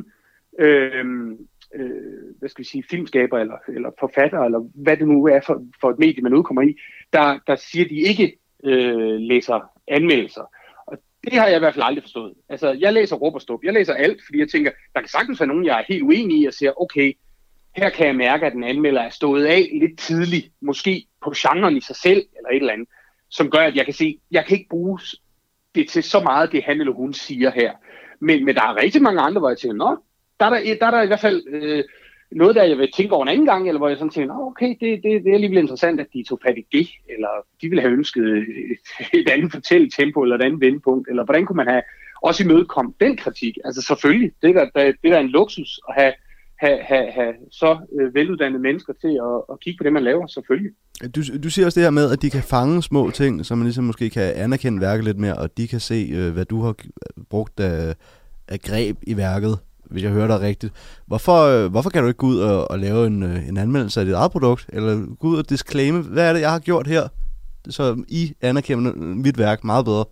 øh, øh, hvad skal vi sige, filmskaber eller, eller forfattere, eller hvad det nu er for, for et medie, man udkommer i, der, der siger, de ikke øh, læser anmeldelser. Og det har jeg i hvert fald aldrig forstået. Altså, jeg læser råb og stop. Jeg læser alt, fordi jeg tænker, der kan sagtens være nogen, jeg er helt uenig i, og siger, okay, her kan jeg mærke, at den anmelder er stået af lidt tidligt, måske på genren i sig selv, eller et eller andet, som gør, at jeg kan se, jeg kan ikke bruge det til så meget, det han eller hun siger her. Men, men der er rigtig mange andre, hvor jeg tænker, nå, der er der, der, er der i hvert fald øh, noget, der jeg vil tænke over en anden gang, eller hvor jeg sådan tænker, nå, okay, det, det, det er alligevel interessant, at de tog fat i det, eller de ville have ønsket et, et andet fortælletempo, eller et andet vendepunkt, eller hvordan kunne man have også imødekomme den kritik? Altså selvfølgelig, det er der, der, det er der en luksus at have, have, have, have så øh, veluddannede mennesker til at, at kigge på det, man laver, selvfølgelig. Du, du siger også det her med, at de kan fange små ting, så man ligesom måske kan anerkende værket lidt mere, og de kan se, øh, hvad du har brugt af, af greb i værket, hvis jeg hører dig rigtigt. Hvorfor, øh, hvorfor kan du ikke gå ud og, og lave en, øh, en anmeldelse af dit eget produkt, eller gå ud og disclaime, hvad er det, jeg har gjort her, så I anerkender mit værk meget bedre?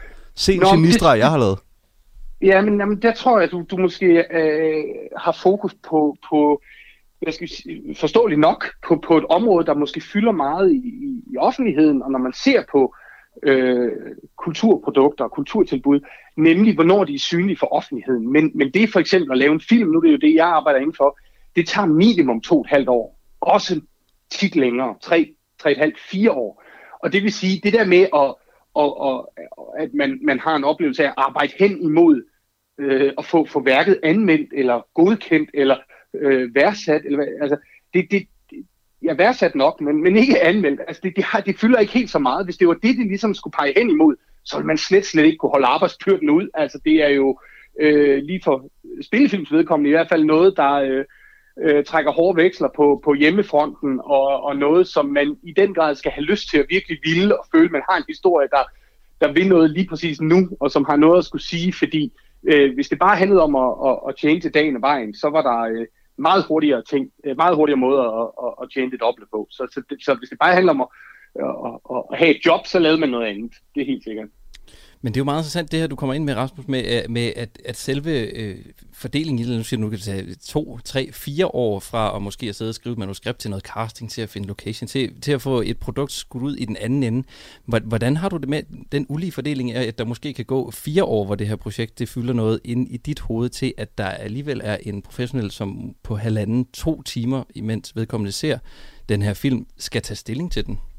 Se en genistreg, det... jeg har lavet. Ja, men jamen, der tror jeg, at du, du måske øh, har fokus på, på hvad skal vi sige, forståeligt nok, på, på et område, der måske fylder meget i, i, i offentligheden, og når man ser på øh, kulturprodukter og kulturtilbud, nemlig hvornår de er synlige for offentligheden. Men, men det er for eksempel at lave en film, nu er det jo det, jeg arbejder indenfor, det tager minimum to og et halvt år. Også tit længere, tre, tre og et halvt, fire år. Og det vil sige, det der med at Og, og at man, man har en oplevelse af at arbejde hen imod øh, at få, få værket anmeldt, eller godkendt, eller øh, værdsat. Eller, altså, det, det, det, ja, værdsat nok, men, men ikke anmeldt. Altså, det, det, har, det fylder ikke helt så meget. Hvis det var det, det ligesom skulle pege hen imod, så ville man slet, slet ikke kunne holde arbejdsbyrden ud. Altså, det er jo øh, lige for spillefilms vedkommende i hvert fald noget, der øh, øh, trækker hårde veksler på, på hjemmefronten, og, og noget, som man i den grad skal have lyst til at virkelig ville, og føle, man har en historie, der, der vil noget lige præcis nu, og som har noget at skulle sige, fordi øh, hvis det bare handlede om at, at, at tjene til dagen og vejen, så var der øh, meget hurtigere ting, øh, meget hurtigere måder at, at, at tjene det dobbelte på. Så, så, så hvis det bare handler om at, at, at, at have et job, så lavede man noget andet. Det er helt sikkert. Men det er jo meget interessant, det her, du kommer ind med, Rasmus, med, med at, at selve øh, fordelingen i det, nu siger du, nu kan det tage to, tre, fire år fra at måske at sidde og skrive et manuskript til noget casting, til at finde location, til, til at få et produkt skudt ud i den anden ende. Hvordan har du det med den ulige fordeling af, at der måske kan gå fire år, hvor det her projekt det fylder noget ind i dit hoved, til at der alligevel er en professionel, som på halvanden, to timer, imens vedkommende ser den her film, skal tage stilling til den?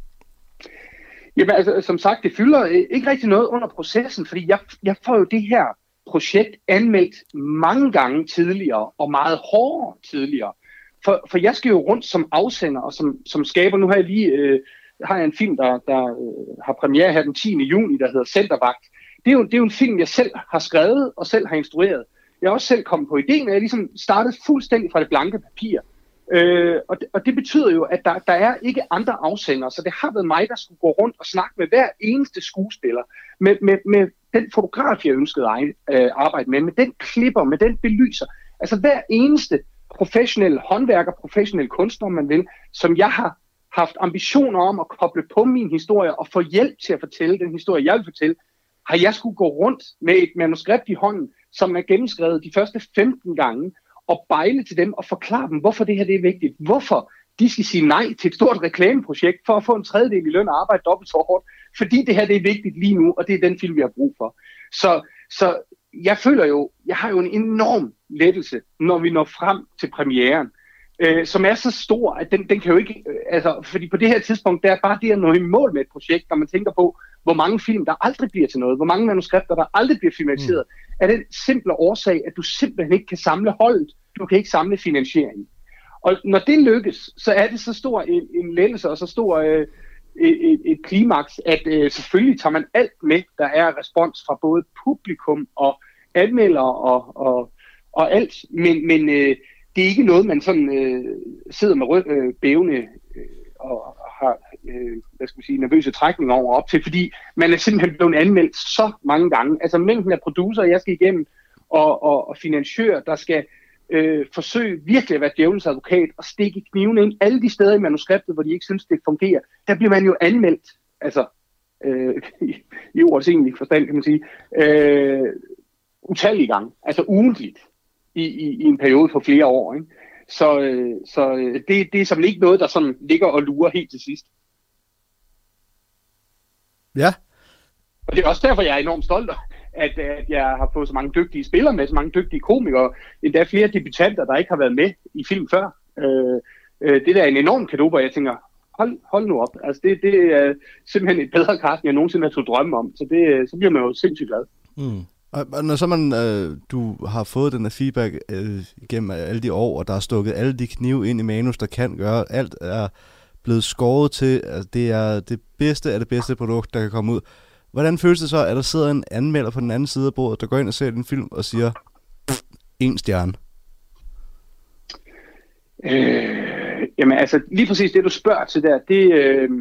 Jamen altså, som sagt, det fylder ikke rigtig noget under processen, fordi jeg, jeg får jo det her projekt anmeldt mange gange tidligere, og meget hårdere tidligere. For, for jeg skal jo rundt som afsender og som, som skaber. Nu har jeg lige øh, har jeg en film, der, der øh, har premiere her den tiende juni, der hedder Centervagt. Det er, jo, det er jo en film, jeg selv har skrevet og selv har instrueret. Jeg er også selv kommet på ideen, og jeg ligesom startede fuldstændig fra det blanke papir. Øh, og, det, og det betyder jo, at der, der er ikke andre afsendere, så det har været mig, der skulle gå rundt og snakke med hver eneste skuespiller, med, med, med den fotograf, jeg ønskede at øh, arbejde med, med den klipper, med den belyser. Altså hver eneste professionel håndværker, professionel kunstner, man vil, som jeg har haft ambitioner om at koble på min historie og få hjælp til at fortælle den historie, jeg vil fortælle, har jeg skulle gå rundt med et manuskript i hånden, som er gennemskrevet de første femten gange, og bejle til dem og forklare dem, hvorfor det her det er vigtigt. Hvorfor de skal sige nej til et stort reklameprojekt for at få en tredjedel i løn og arbejde dobbelt så hårdt. Fordi det her det er vigtigt lige nu, og det er den film, vi har brug for. Så, så jeg føler jo, jeg har jo en enorm lettelse, når vi når frem til premieren, øh, som er så stor, at den, den kan jo ikke, øh, altså, fordi på det her tidspunkt, der er bare det at nå i mål med et projekt, når man tænker på, hvor mange film, der aldrig bliver til noget, hvor mange manuskripter, der aldrig bliver filmatiseret, mm. er den simple årsag, at du simpelthen ikke kan samle holdet, du kan ikke samle finansieringen. Og når det lykkes, så er det så stor en, en lettelse og så stor øh, et, et klimaks, at øh, selvfølgelig tager man alt med, der er respons fra både publikum og anmeldere og, og, og alt, men, men øh, det er ikke noget, man sådan øh, sidder med rød, øh, bævende øh, og, og har øh, hvad skal man sige, nervøse trækninger over op til, fordi man er simpelthen blevet anmeldt så mange gange. Altså mængden af producer, jeg skal igennem, og, og, og finansiører, der skal øh, forsøge virkelig at være djævelens advokat og stikke kniven ind alle de steder i manuskriptet, hvor de ikke synes, det fungerer. Der bliver man jo anmeldt, altså øh, i, i ordets egentlige forstand, kan man sige, øh, utallige gange, altså ugentligt i, i, i en periode på flere år, ikke? Så, øh, så det, det er simpelthen ikke noget, der sådan ligger og lurer helt til sidst. Ja. Og det er også derfor, jeg er enormt stolt, at, at jeg har fået så mange dygtige spillere med, så mange dygtige komikere, endda flere debutanter, der ikke har været med i film før. Øh, øh, det der er en enorm cadeau, hvor jeg tænker, hold, hold nu op. Altså det, det er simpelthen et bedre cast, jeg nogensinde har tog drømme om. Så, det, så bliver man jo sindssygt glad. Mm. Og når så man, øh, du har fået den her feedback øh, gennem alle de år, og der er stukket alle de knive ind i manus, der kan gøre, alt er blevet skåret til, altså det er det bedste af det bedste produkt, der kan komme ud. Hvordan føles det så, at der sidder en anmelder på den anden side af bordet, der går ind og ser din film og siger, en stjerne? Øh, jamen altså, lige præcis det, du spørger til der, det, øh,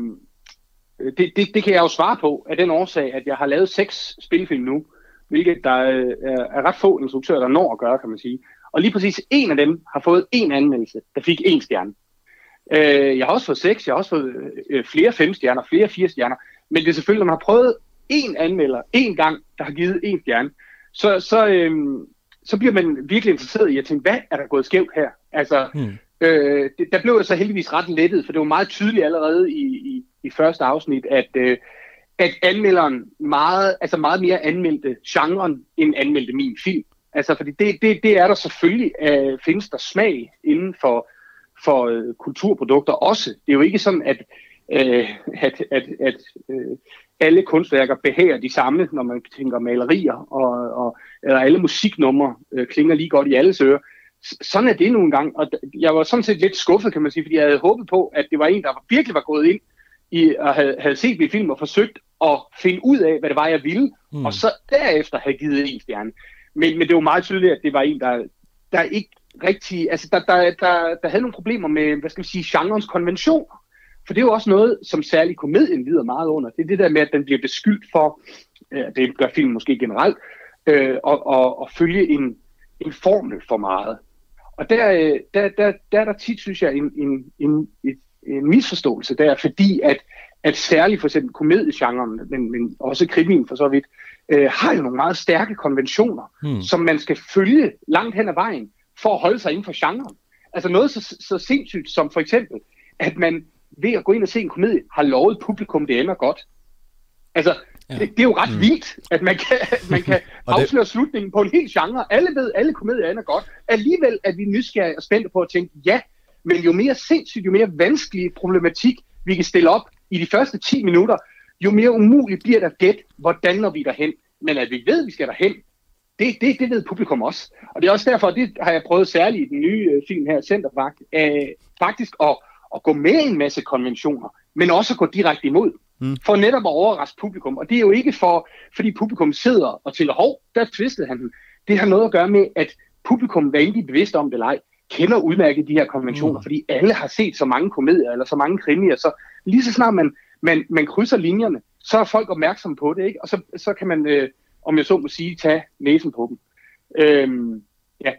det, det, det kan jeg jo svare på af den årsag, at jeg har lavet seks spilfilm nu, hvilket der er, er ret få instruktører, der når at gøre, kan man sige. Og lige præcis en af dem har fået en anmeldelse, der fik en stjerne. Øh, jeg har også fået seks, jeg har også fået øh, flere fem stjerner, flere fire stjerner, men det er selvfølgelig, når man har prøvet en anmelder en gang, der har givet en stjerne, så, så, øh, så bliver man virkelig interesseret i at tænke, hvad er der gået skævt her? Altså, hmm. øh, det, der blev jeg så heldigvis ret lettet, for det var meget tydeligt allerede i, i, i første afsnit, at, øh, at anmelderen meget, altså meget mere anmeldte genren, end anmeldte min film. Altså, fordi det, det, det er der selvfølgelig, øh, findes der smag inden for, for øh, kulturprodukter også. Det er jo ikke sådan, at Øh, at, at, at øh, alle kunstværker behager de samme, når man tænker malerier, og, og, eller alle musiknumre øh, klinger lige godt i alles ører. Sådan er det nogle gange, og jeg var sådan set lidt skuffet, kan man sige, fordi jeg havde håbet på, at det var en, der virkelig var gået ind i, og havde, havde set min film og forsøgt at finde ud af, hvad det var, jeg ville, mm. og så derefter havde givet en stjerne. Men, men det var meget tydeligt, at det var en, der, der ikke rigtig, altså der, der, der, der havde nogle problemer med, hvad skal vi sige, genrens konventioner. For det er jo også noget, som særlig komedien lider meget under. Det er det der med, at den bliver beskyldt for, øh, det gør film måske generelt, øh, og, og, og følge en, en formel for meget. Og der, øh, der, der, der er der tit, synes jeg, en, en, en, et, en misforståelse der, fordi at, at særligt for eksempel komediegenren, men, men også krimien for så vidt, øh, har jo nogle meget stærke konventioner, hmm. som man skal følge langt hen ad vejen, for at holde sig inden for genren. Altså noget så, så sindssygt som for eksempel, at man ved at gå ind og se en komedie, har lovet publikum, det ender godt. Altså, ja. det, det er jo ret mm. vildt, at man kan, man kan afsløre det... slutningen på en hel genre. Alle ved, alle komedier ender godt. Alligevel er vi nysgerrige og spændte på at tænke, ja, men jo mere sindssygt, jo mere vanskelig problematik, vi kan stille op i de første ti minutter, jo mere umuligt bliver der gæt, hvordan når vi derhen. Men at vi ved, at vi skal derhen, det, det, det ved publikum også. Og det er også derfor, det har jeg prøvet særligt i den nye øh, film her, Centervagt, øh, faktisk at at gå med en masse konventioner, men også at gå direkte imod, mm. for netop at overraske publikum. Og det er jo ikke for, fordi publikum sidder og tænker, hov, der tvistede han den. Det har noget at gøre med, at publikum, hvad end de er bevidst om det eller ej, kender udmærket de her konventioner, mm. fordi alle har set så mange komedier, eller så mange krimier, så lige så snart man, man, man krydser linjerne, så er folk opmærksomme på det, ikke? Og så, så kan man, øh, om jeg så må sige, tage næsen på dem. Øhm, ja.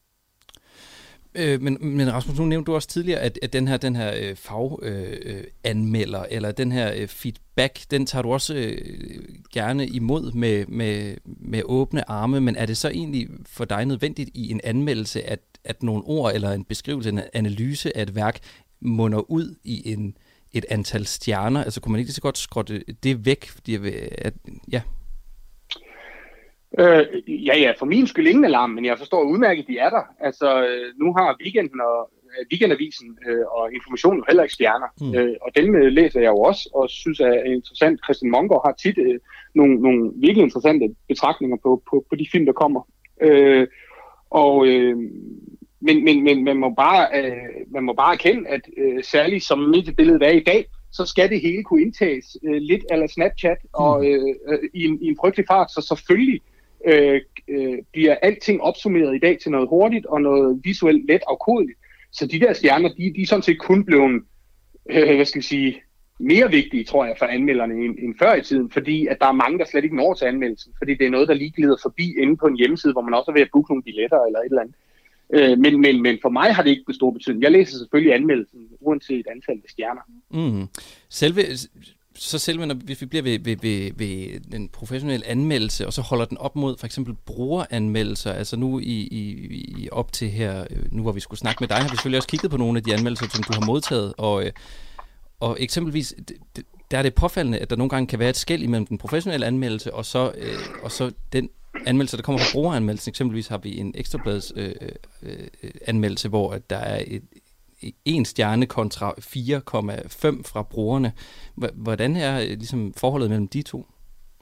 Øh, men, men Rasmus, nu nævnte du også tidligere, at, at den her, den her øh, faganmelder, øh, eller den her øh, feedback, den tager du også øh, gerne imod med, med, med åbne arme, men er det så egentlig for dig nødvendigt i en anmeldelse, at, at nogle ord eller en beskrivelse, en analyse af et værk munder ud i en, et antal stjerner? Altså kunne man ikke så godt skrotte det væk? Fordi, at, ja. Øh, ja, ja, for min skyld ingen alarm, men jeg forstår udmærket, de er der. Altså, nu har Weekenden og Weekendavisen øh, og Information jo heller ikke stjerner, mm. øh, og dem øh, læser jeg jo også, og synes er interessant. Christian Mongård har tit øh, nogle, nogle virkelig interessante betragtninger på, på, på de film, der kommer. Øh, og, øh, men men, men man, må bare, øh, man må bare erkende, at øh, særligt som mediebilledet er i dag, så skal det hele kunne indtages øh, lidt eller Snapchat og øh, øh, i, en, i en frygtelig fart, så selvfølgelig øh, øh, bliver alting opsummeret i dag til noget hurtigt og noget visuelt let afkodeligt. Så de der stjerner, de, de er sådan set kun blevet, øh, hvad skal jeg sige, mere vigtige, tror jeg, for anmelderne end, end før i tiden, fordi at der er mange, der slet ikke når til anmeldelsen, fordi det er noget, der lige glider forbi inde på en hjemmeside, hvor man også er ved at booke nogle billetter eller et eller andet. Øh, men, men, men for mig har det ikke den store betydning. Jeg læser selvfølgelig anmeldelsen, uanset antallet af stjerner. Mm. Selve... Så selv når, hvis vi bliver ved, ved, ved, ved den professionelle anmeldelse, og så holder den op mod for eksempel brugeranmeldelser, altså nu i, i, i op til her, nu hvor vi skulle snakke med dig, har vi selvfølgelig også kigget på nogle af de anmeldelser, som du har modtaget, og, og eksempelvis, der er det påfaldende, at der nogle gange kan være et skel imellem den professionelle anmeldelse, og så, øh, og så den anmeldelse, der kommer fra brugeranmeldelsen. Eksempelvis har vi en Ekstrabladets øh, øh, anmeldelse, hvor der er et en stjerne kontra fire komma fem fra brugerne. Hvordan er ligesom forholdet mellem de to?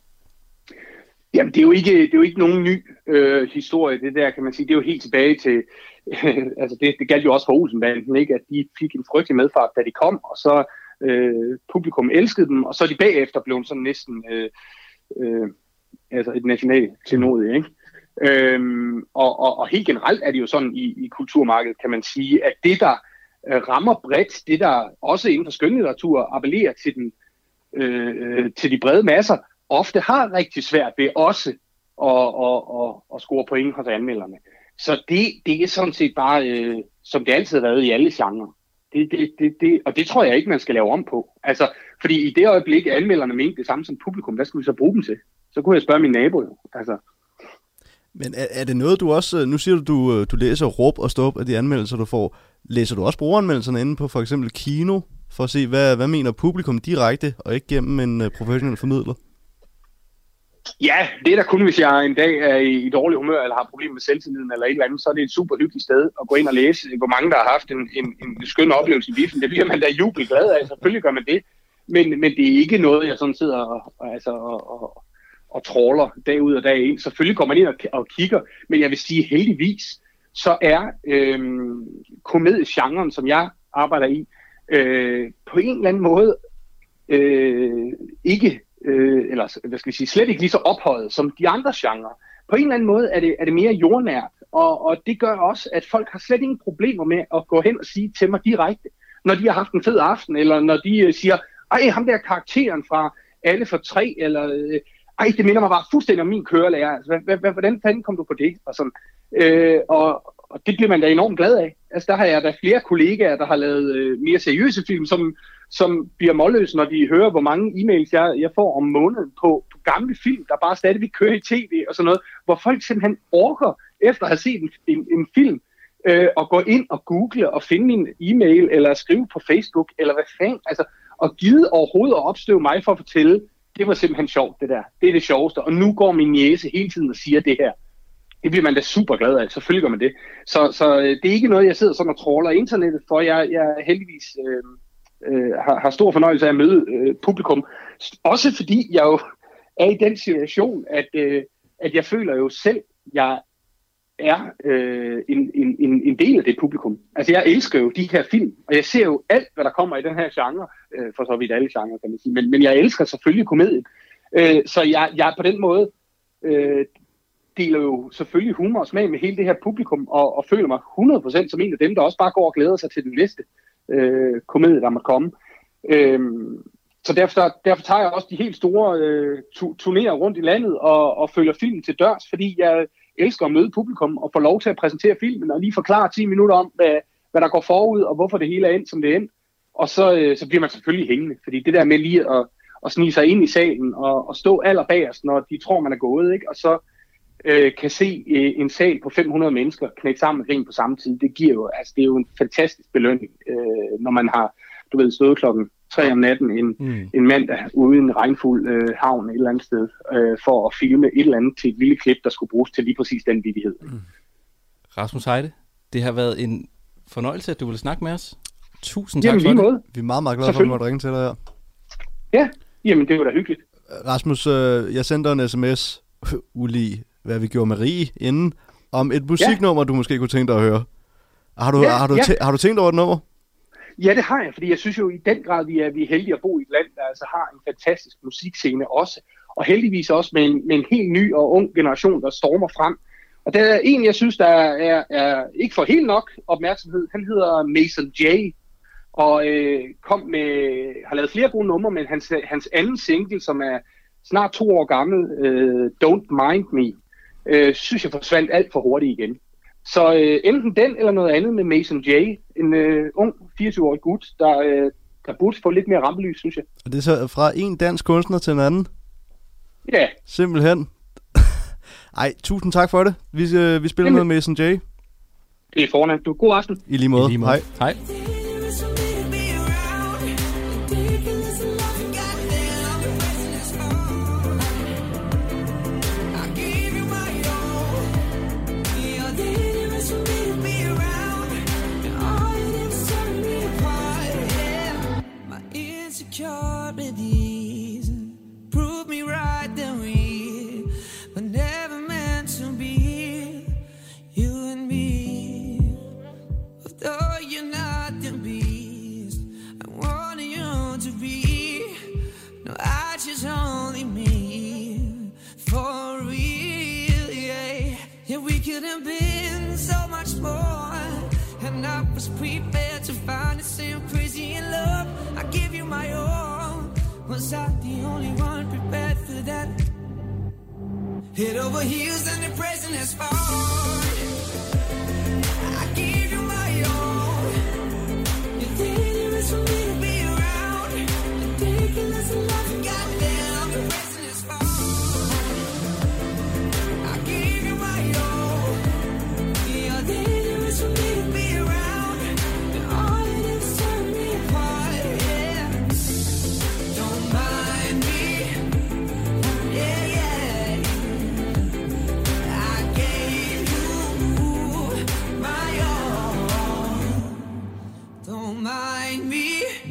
Jamen, det er jo ikke, det er jo ikke nogen ny øh, historie, det der, kan man sige. Det er jo helt tilbage til, øh, altså det, det galt jo også for Olsenbanden, ikke? At de fik en frygtelig medfart, da de kom, og så øh, publikum elskede dem, og så er de bagefter blevet sådan næsten øh, øh, altså et nationalt klenodie, ikke? Øhm, og, og, og helt generelt er det jo sådan i, i kulturmarkedet, kan man sige, at det, der rammer bredt, det der også inden for skønlitteratur appellerer til, den, øh, til de brede masser, ofte har rigtig svært ved også at, at, at, at score point hos anmelderne. Så det, det er sådan set bare, øh, som det altid har været i alle genrer. Det, det, det, det, og det tror jeg ikke, man skal lave om på. Altså, fordi i det øjeblik, anmelderne mente det samme som publikum, hvad skulle vi så bruge dem til? Så kunne jeg spørge min nabo jo. Altså. Men er, er det noget, du også... Nu siger du, du, du læser råb og stop af de anmeldelser, du får. Læser du også brugeranmeldelserne inde på for eksempel Kino, for at se, hvad, hvad mener publikum direkte, og ikke gennem en uh, professionel formidler? Ja, det er da kun, hvis jeg en dag er i, i dårlig humør, eller har problemer med selvtilliden, eller et eller andet, så er det et super hyggeligt sted at gå ind og læse, hvor mange der har haft en, en, en skøn oplevelse i biffen. Det bliver man da jubelglad af, selvfølgelig gør man det. Men, men det er ikke noget, jeg sådan sidder og, og, altså, og, og, og trawler dag ud og dag ind. Selvfølgelig kommer man ind og, og kigger, men jeg vil sige heldigvis, så er øhm, komediegenren, som jeg arbejder i, øh, på en eller anden måde øh, ikke, øh, eller hvad skal vi sige, slet ikke lige så ophøjet som de andre genrer. På en eller anden måde er det, er det mere jordnært, og, og det gør også, at folk har slet ingen problemer med at gå hen og sige til mig direkte, når de har haft en fed aften, eller når de øh, siger, ej, ham der karakteren fra Alle for tre, eller øh, ej, det minder mig bare fuldstændig om min kørelærer, altså, hvordan fanden kom du på det? Og sådan. Øh, og, og det bliver man da enormt glad af. Altså, der har jeg da flere kollegaer, der har lavet øh, mere seriøse film, som, som bliver målløse, når de hører, hvor mange e-mails jeg, jeg får om måneden på, på gamle film, der bare stadigvæk kører i tv og sådan noget, hvor folk simpelthen orker, efter at have set en, en, en film, øh, og gå ind og google og finde en e-mail, eller skrive på Facebook, eller hvad fanden, altså, og give overhovedet at opstøve mig for at fortælle, det var simpelthen sjovt, det der. Det er det sjoveste, og nu går min niece hele tiden og siger det her. Det bliver man da super glad af, selvfølgelig gør man det. Så, så det er ikke noget, jeg sidder sådan og trawler internettet for. Jeg, jeg heldigvis øh, øh, har, har stor fornøjelse af at møde øh, publikum. Også fordi jeg jo er i den situation, at, øh, at jeg føler jo selv, jeg er øh, en, en, en del af det publikum. Altså jeg elsker jo de her film, og jeg ser jo alt, hvad der kommer i den her genre, øh, for så vidt alle genrer, kan man sige. Men, men jeg elsker selvfølgelig komedien. Øh, så jeg, jeg på den måde... Øh, deler jo selvfølgelig humor og smag med hele det her publikum, og, og føler mig hundrede procent som en af dem, der også bare går og glæder sig til den næste øh, komedie, der må komme. Øhm, så derfor, derfor tager jeg også de helt store øh, turnéer rundt i landet, og, og følger filmen til dørs, fordi jeg elsker at møde publikum, og få lov til at præsentere filmen, og lige forklare ti minutter om, hvad, hvad der går forud, og hvorfor det hele er endt, som det er endt. Og så, øh, så bliver man selvfølgelig hængende, fordi det der med lige at, at snige sig ind i salen, og, og stå allerbagerst, når de tror, man er gået, ikke? Og så Øh, kan se øh, en sal på fem hundrede mennesker knække sammen og grine på samme tid. Det giver jo, altså det er jo en fantastisk belønning, øh, når man har, du ved, stået klokken tre om natten en, mm. en mandag ude i en regnfuld øh, havn et eller andet sted, øh, for at filme et eller andet til et lille klip, der skulle bruges til lige præcis den vittighed. Mm. Rasmus Heide, det har været en fornøjelse, at du ville snakke med os. Tusind jamen, tak for måde. det. Vi er meget, meget glade for, at vi måtte ringe til dig her. Ja, jamen det var da hyggeligt. Rasmus, øh, jeg sendte dig en sms, ulig hvad vi gjorde med Rie inden, om et musiknummer, ja. du måske kunne tænke dig at høre. Har du, ja, har, du ja. tæ- har du tænkt over et nummer? Ja, det har jeg, fordi jeg synes jo i den grad, vi er, vi er heldige at bo i et land, der altså har en fantastisk musikscene også, og heldigvis også med en, med en helt ny og ung generation, der stormer frem. Og der er en, jeg synes, der er, er ikke for helt nok opmærksomhed. Han hedder Mason J. Og øh, kom med, har lavet flere gode numre, men hans, hans anden single, som er snart to år gammel, øh, Don't Mind Me, øh, synes jeg forsvandt alt for hurtigt igen. Så øh, enten den eller noget andet med Mason J. En øh, ung fireogtyve-årig gut, der, øh, der burde få lidt mere rampelys, synes jeg. Og det er så fra en dansk kunstner til en anden? Ja. Simpelthen. Ej, tusind tak for det. Vi, øh, vi spiller Jamen. noget Mason J. Det er fornemt. Du. God aften. I lige måde. I lige måde. Hej. Hej. Insecurities prove me right that we were never meant to be, you and me. Although you're not the beast I wanted you to be, no, I just only me for real, yeah. Yeah, we could have been so much more, and I was prepared to find the same crazy in love. I give you my all. Was I the only one prepared for that? Head over heels and the present has fallen. I give you my all. You're dangerous for me to be around. Ridiculous love, goddamn, the present has fallen. I give you my all. You're dangerous for me to be around. And all it is turn me apart, yeah. Don't mind me, yeah, yeah. I gave you my all. Don't mind me,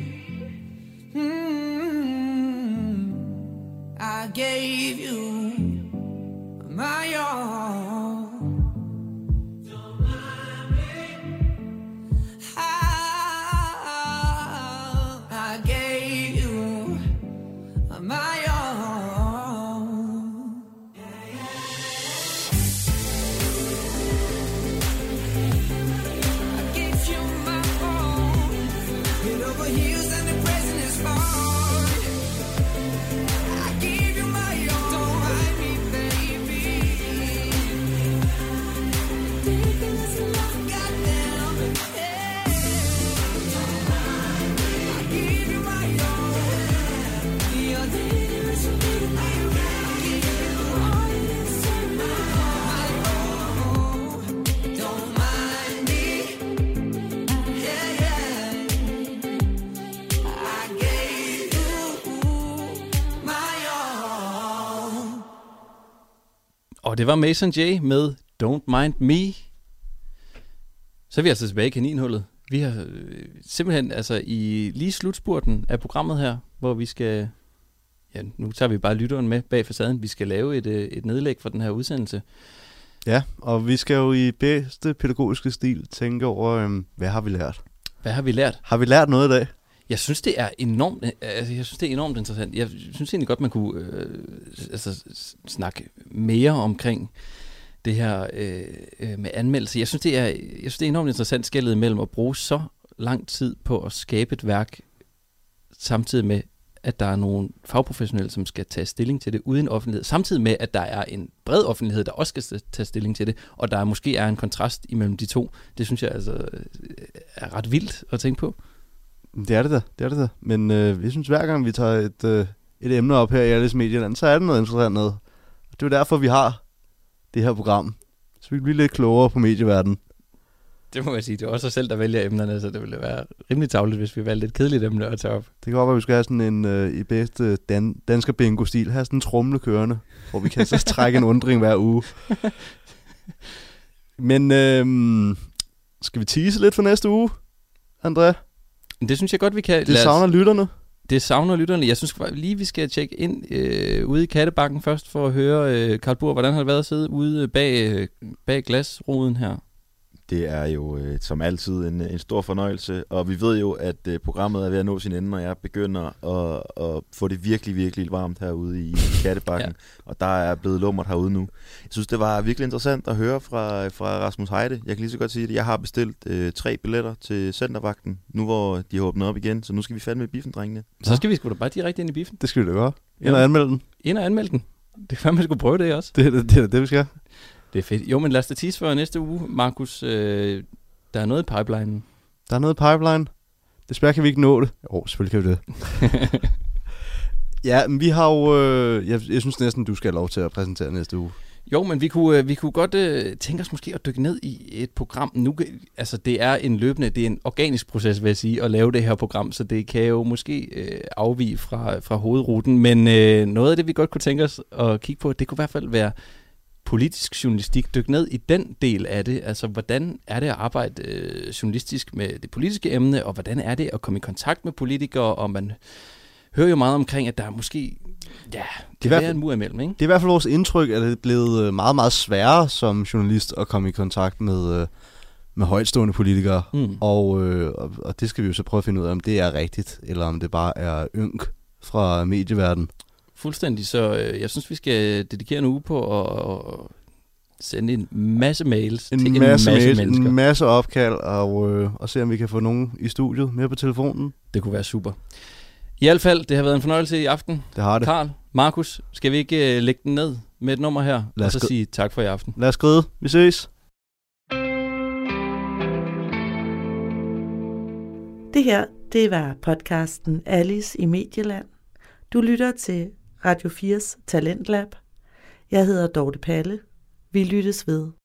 mm-hmm. I gave you my all. I gave you my all. I gave you my all. Head over heels and the present is falling. I gave you my all. Don't hide me, baby. Ridiculous love, goddamn, yeah. I gave you my all. You're dangerous for me to be around. All it is turn me on. Don't mind me, yeah, yeah. I gave you my all. Og det var Mason J. med Don't Mind Me. Så er vi altså tilbage i kaninhullet. Vi har øh, simpelthen altså i lige slutspurten af programmet her, hvor vi skal, ja, nu tager vi bare lytteren med bag facaden. Vi skal lave et, øh, et nedlæg for den her udsendelse. Ja, og vi skal jo i bedste pædagogiske stil tænke over, øhm, hvad har vi lært? Hvad har vi lært? Har vi lært noget i dag? Jeg synes, det er enormt, altså, jeg synes, det er enormt interessant. Jeg synes egentlig godt, man kunne øh, altså, snakke mere omkring det her øh, øh, med anmeldelse. Jeg synes, det er, jeg synes, det er enormt interessant skellet mellem at bruge så lang tid på at skabe et værk, samtidig med, at der er nogle fagprofessionelle, som skal tage stilling til det uden offentlighed, samtidig med, at der er en bred offentlighed, der også skal tage stilling til det, og der måske er en kontrast imellem de to. Det synes jeg altså er ret vildt at tænke på. Det er det da, det er det da. Men øh, jeg synes, hver gang vi tager et, øh, et emne op her i Alice Medieland, så er det noget interessant noget. Det er jo derfor, vi har det her program. Så vi kan blive lidt klogere på medieverdenen. Det må jeg sige. Det er også os selv, der vælger emnerne, så det ville være rimelig tavligt, hvis vi valgte et kedeligt emne at tage op. Det kan godt være, at vi skal have sådan en øh, i bedste dan- dansker bingo-stil. Have sådan en tromle kørende, hvor vi kan så trække en undring hver uge. Men øh, skal vi tease lidt for næste uge, André? Det synes jeg godt, vi kan. Det savner lytterne. Det savner lytterne. Jeg synes lige, vi skal tjekke ind øh, ude i Kattebakken først, for at høre, øh, Karl Burr, hvordan har det været at sidde ude bag, øh, bag glasruden her? Det er jo øh, som altid en, en stor fornøjelse, og vi ved jo, at øh, programmet er ved at nå sin ende, når jeg begynder at, at få det virkelig, virkelig varmt herude i Kattebakken, ja. Og der er blevet lummert herude nu. Jeg synes, det var virkelig interessant at høre fra, fra Rasmus Heide. Jeg kan lige så godt sige, at jeg har bestilt øh, tre billetter til Centervagten, nu hvor de har åbnet op igen, så nu skal vi fandme i biffen, drengene. Så skal vi sgu da bare direkte ind i biffen. Det skal vi da gøre. Ind og anmelde den. Ind og anmelde den. Det kan fandme skulle prøve det også. Det er det, det, det, vi skal. Det er fedt. Jo, men lad os da tease for næste uge, Markus. Øh, der er noget i pipelinen. Der er noget i pipeline. Desværre kan vi ikke nå det. Jo, selvfølgelig kan vi det. Ja, men vi har jo... Øh, jeg, jeg synes næsten, du skal have lov til at præsentere næste uge. Jo, men vi kunne, vi kunne godt øh, tænke os måske at dykke ned i et program. Nu, altså, det er en løbende, det er en organisk proces, vil jeg sige, at lave det her program, så det kan jo måske øh, afvige fra, fra hovedruten. Men øh, noget af det, vi godt kunne tænke os at kigge på, det kunne i hvert fald være politisk journalistik. Dyk ned i den del af det. Altså, hvordan er det at arbejde øh, journalistisk med det politiske emne, og hvordan er det at komme i kontakt med politikere, og man hører jo meget omkring, at der måske ja, det er en mur imellem, ikke? Det er i hvert fald vores indtryk, at det er blevet meget, meget sværere som journalist at komme i kontakt med, med højtstående politikere. Mm. Og, øh, og det skal vi jo så prøve at finde ud af, om det er rigtigt, eller om det bare er ynk fra medieverdenen. Fuldstændig, så øh, jeg synes, vi skal dedikere en uge på at, at sende en masse mails en til masse en masse mails, mennesker. En masse opkald, og, øh, og se om vi kan få nogen i studiet med på telefonen. Det kunne være super. I hvert fald, det har været en fornøjelse i aften. Det har det. Karl, Markus, skal vi ikke uh, lægge den ned med et nummer her, og så sige tak for i aften? Lad os skride. Vi ses. Det her, det var podcasten Alice i Medieland. Du lytter til Radio fires Talentlab. Jeg hedder Dorte Palle. Vi lyttes ved.